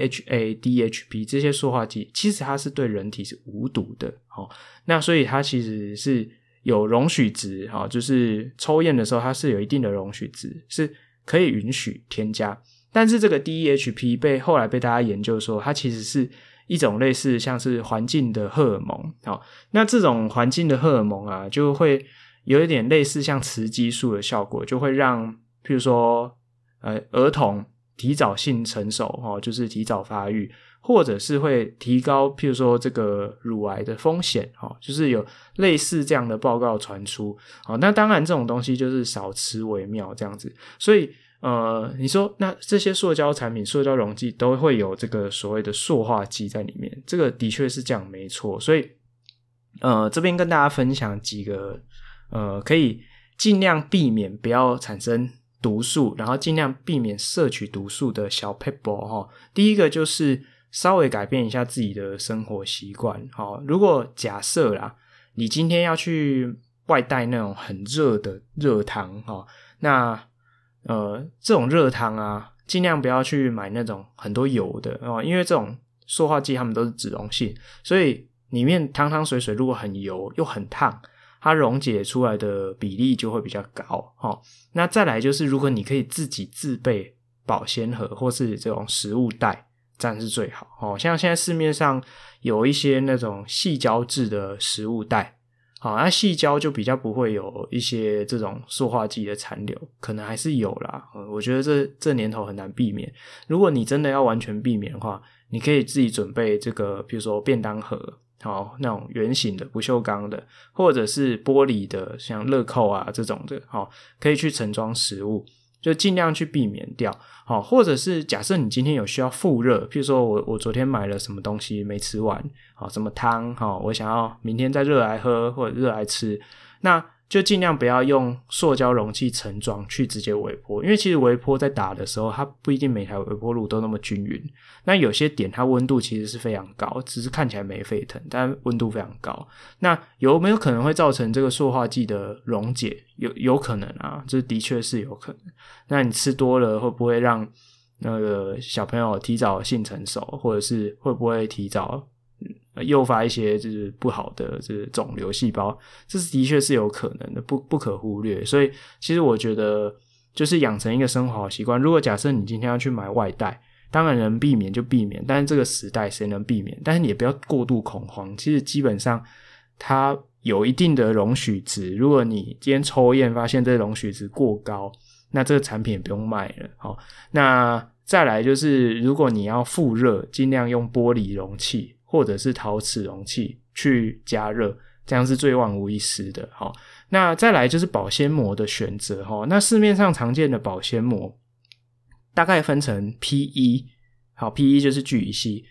DHA、DHP 这些塑化剂其实它是对人体是无毒的那所以它其实是有容许值就是抽验的时候它是有一定的容许值，是可以允许添加。但是这个 DEHP 后来被大家研究说它其实是一种类似像是环境的荷尔蒙那这种环境的荷尔蒙就会有一点类似像雌激素的效果，就会让譬如说儿童提早性成熟就是提早发育，或者是会提高譬如说这个乳癌的风险就是有类似这样的报告传出那当然这种东西就是少吃为妙这样子。所以你说那这些塑胶产品塑胶溶剂都会有这个所谓的塑化剂在里面，这个的确是这样没错。所以这边跟大家分享几个可以尽量避免不要产生毒素，然后尽量避免摄取毒素的小撇步第一个就是稍微改变一下自己的生活习惯如果假设啦你今天要去外带那种很热的热汤那这种热汤尽量不要去买那种很多油的因为这种塑化剂它们都是脂溶性，所以里面汤汤水水如果很油又很烫，它溶解出来的比例就会比较高那再来就是如果你可以自己自备保鲜盒或是这种食物袋，这样是最好像现在市面上有一些那种矽胶质的食物袋那矽胶就比较不会有一些这种塑化剂的残留，可能还是有啦我觉得这年头很难避免。如果你真的要完全避免的话，你可以自己准备这个比如说便当盒那种圆形的不锈钢的，或者是玻璃的像乐扣这种的可以去盛装食物，就尽量去避免掉或者是假设你今天有需要复热，譬如说我昨天买了什么东西没吃完什么汤我想要明天再热来喝或者热来吃，那就尽量不要用塑胶容器盛装去直接微波，因为其实微波在打的时候它不一定每台微波炉都那么均匀，那有些点它温度其实是非常高，只是看起来没沸腾但温度非常高，那有没有可能会造成这个塑化剂的溶解？有可能这的确是有可能。那你吃多了会不会让那个小朋友提早性成熟，或者是会不会提早诱发一些就是不好的就是肿瘤细胞，这是的确是有可能的，不可忽略。所以其实我觉得就是养成一个生活好习惯，如果假设你今天要去买外带，当然能避免就避免，但是这个时代谁能避免？但是你也不要过度恐慌，其实基本上它有一定的容许值，如果你今天抽验发现这容许值过高，那这个产品也不用卖了那再来就是如果你要复热，尽量用玻璃容器或者是陶瓷容器去加热，这样是最万无一失的那再来就是保鲜膜的选择那市面上常见的保鲜膜大概分成 PE PE 就是聚乙烯，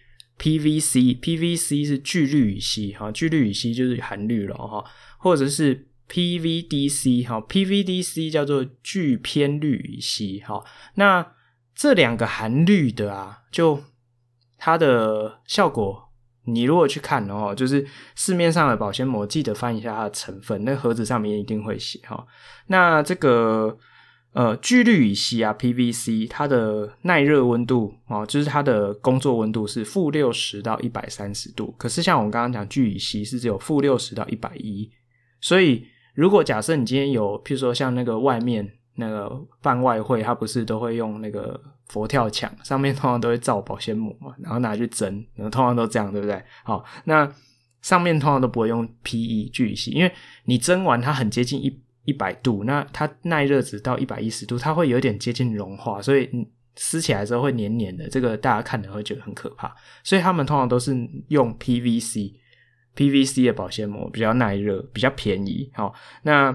PVC 是聚氯乙烯聚氯乙烯就是含氯了或者是 PVDC PVDC 叫做聚偏氯乙烯那这两个含氯的就它的效果你如果去看就是市面上的保鲜膜记得翻一下它的成分，那盒子上面一定会写那这个聚氯乙烯PVC 它的耐热温度就是它的工作温度是-60到130度，可是像我们刚刚讲聚乙烯是只有-60到110，所以如果假设你今天有譬如说像那个外面那个办外汇，它不是都会用那个佛跳墙，上面通常都会罩保鲜膜嘛，然后拿去蒸，然后通常都这样，对不对？好，那上面通常都不会用 PE 聚乙烯，因为你蒸完它很接近100度，那它耐热值到110度，它会有点接近融化，所以撕起来之后会黏黏的，这个大家看了会觉得很可怕，所以他们通常都是用 PVC 的保鲜膜，比较耐热，比较便宜。好，那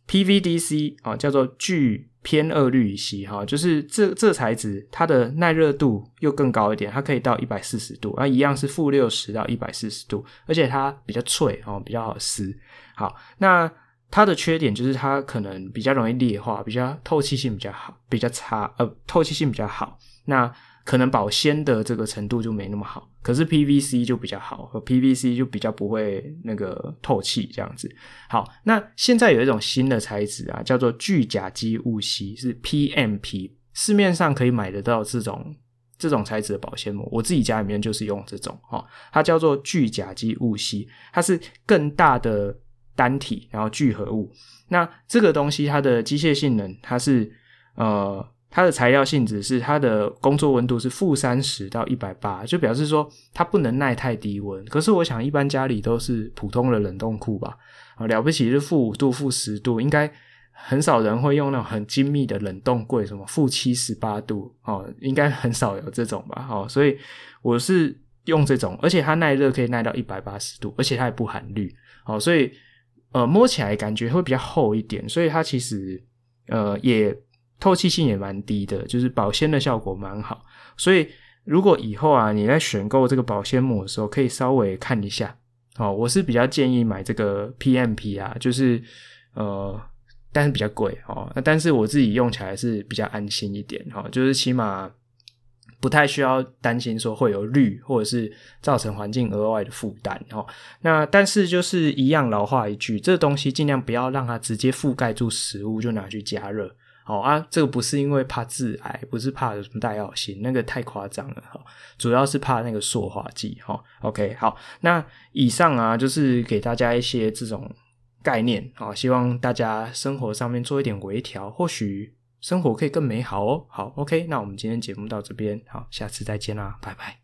PVDC 叫做聚偏二氯乙烯，就是这材质它的耐热度又更高一点，它可以到140度，一样是-60到140度，而且它比较脆，比较好撕。好，那它的缺点就是它可能比较容易裂化，比较透气性比较好，透气性比较好，那可能保鲜的这个程度就没那么好，可是 PVC 就比较好， PVC 就比较不会那个透气这样子。好，那现在有一种新的材质啊，叫做聚甲基物烯，是 PMP， 市面上可以买得到这种材质的保鲜膜，我自己家里面就是用这种，它叫做聚甲基物烯，它是更大的单体然后聚合物。那这个东西它的机械性能，它是它的材料性质是它的工作温度是-30到180，就表示说它不能耐太低温。可是我想一般家里都是普通的冷冻库吧，了不起是-5度-10度，应该很少人会用那种很精密的冷冻柜，什么-78度应该很少有这种吧所以我是用这种，而且它耐热可以耐到180度，而且它也不含氯所以摸起来感觉会比较厚一点，所以它其实也透气性也蛮低的，就是保鲜的效果蛮好。所以如果以后啊你在选购这个保鲜膜的时候，可以稍微看一下我是比较建议买这个 PMP 啊，就是但是比较贵但是我自己用起来是比较安心一点就是起码不太需要担心说会有氯或者是造成环境额外的负担那但是就是一样老话一句，这东西尽量不要让它直接覆盖住食物就拿去加热这个不是因为怕致癌，不是怕有什么带药性，那个太夸张了主要是怕那个塑化剂OK， 好，那以上啊就是给大家一些这种概念希望大家生活上面做一点微调，或许生活可以更美好好 OK， 那我们今天节目到这边，好，下次再见啦，拜拜。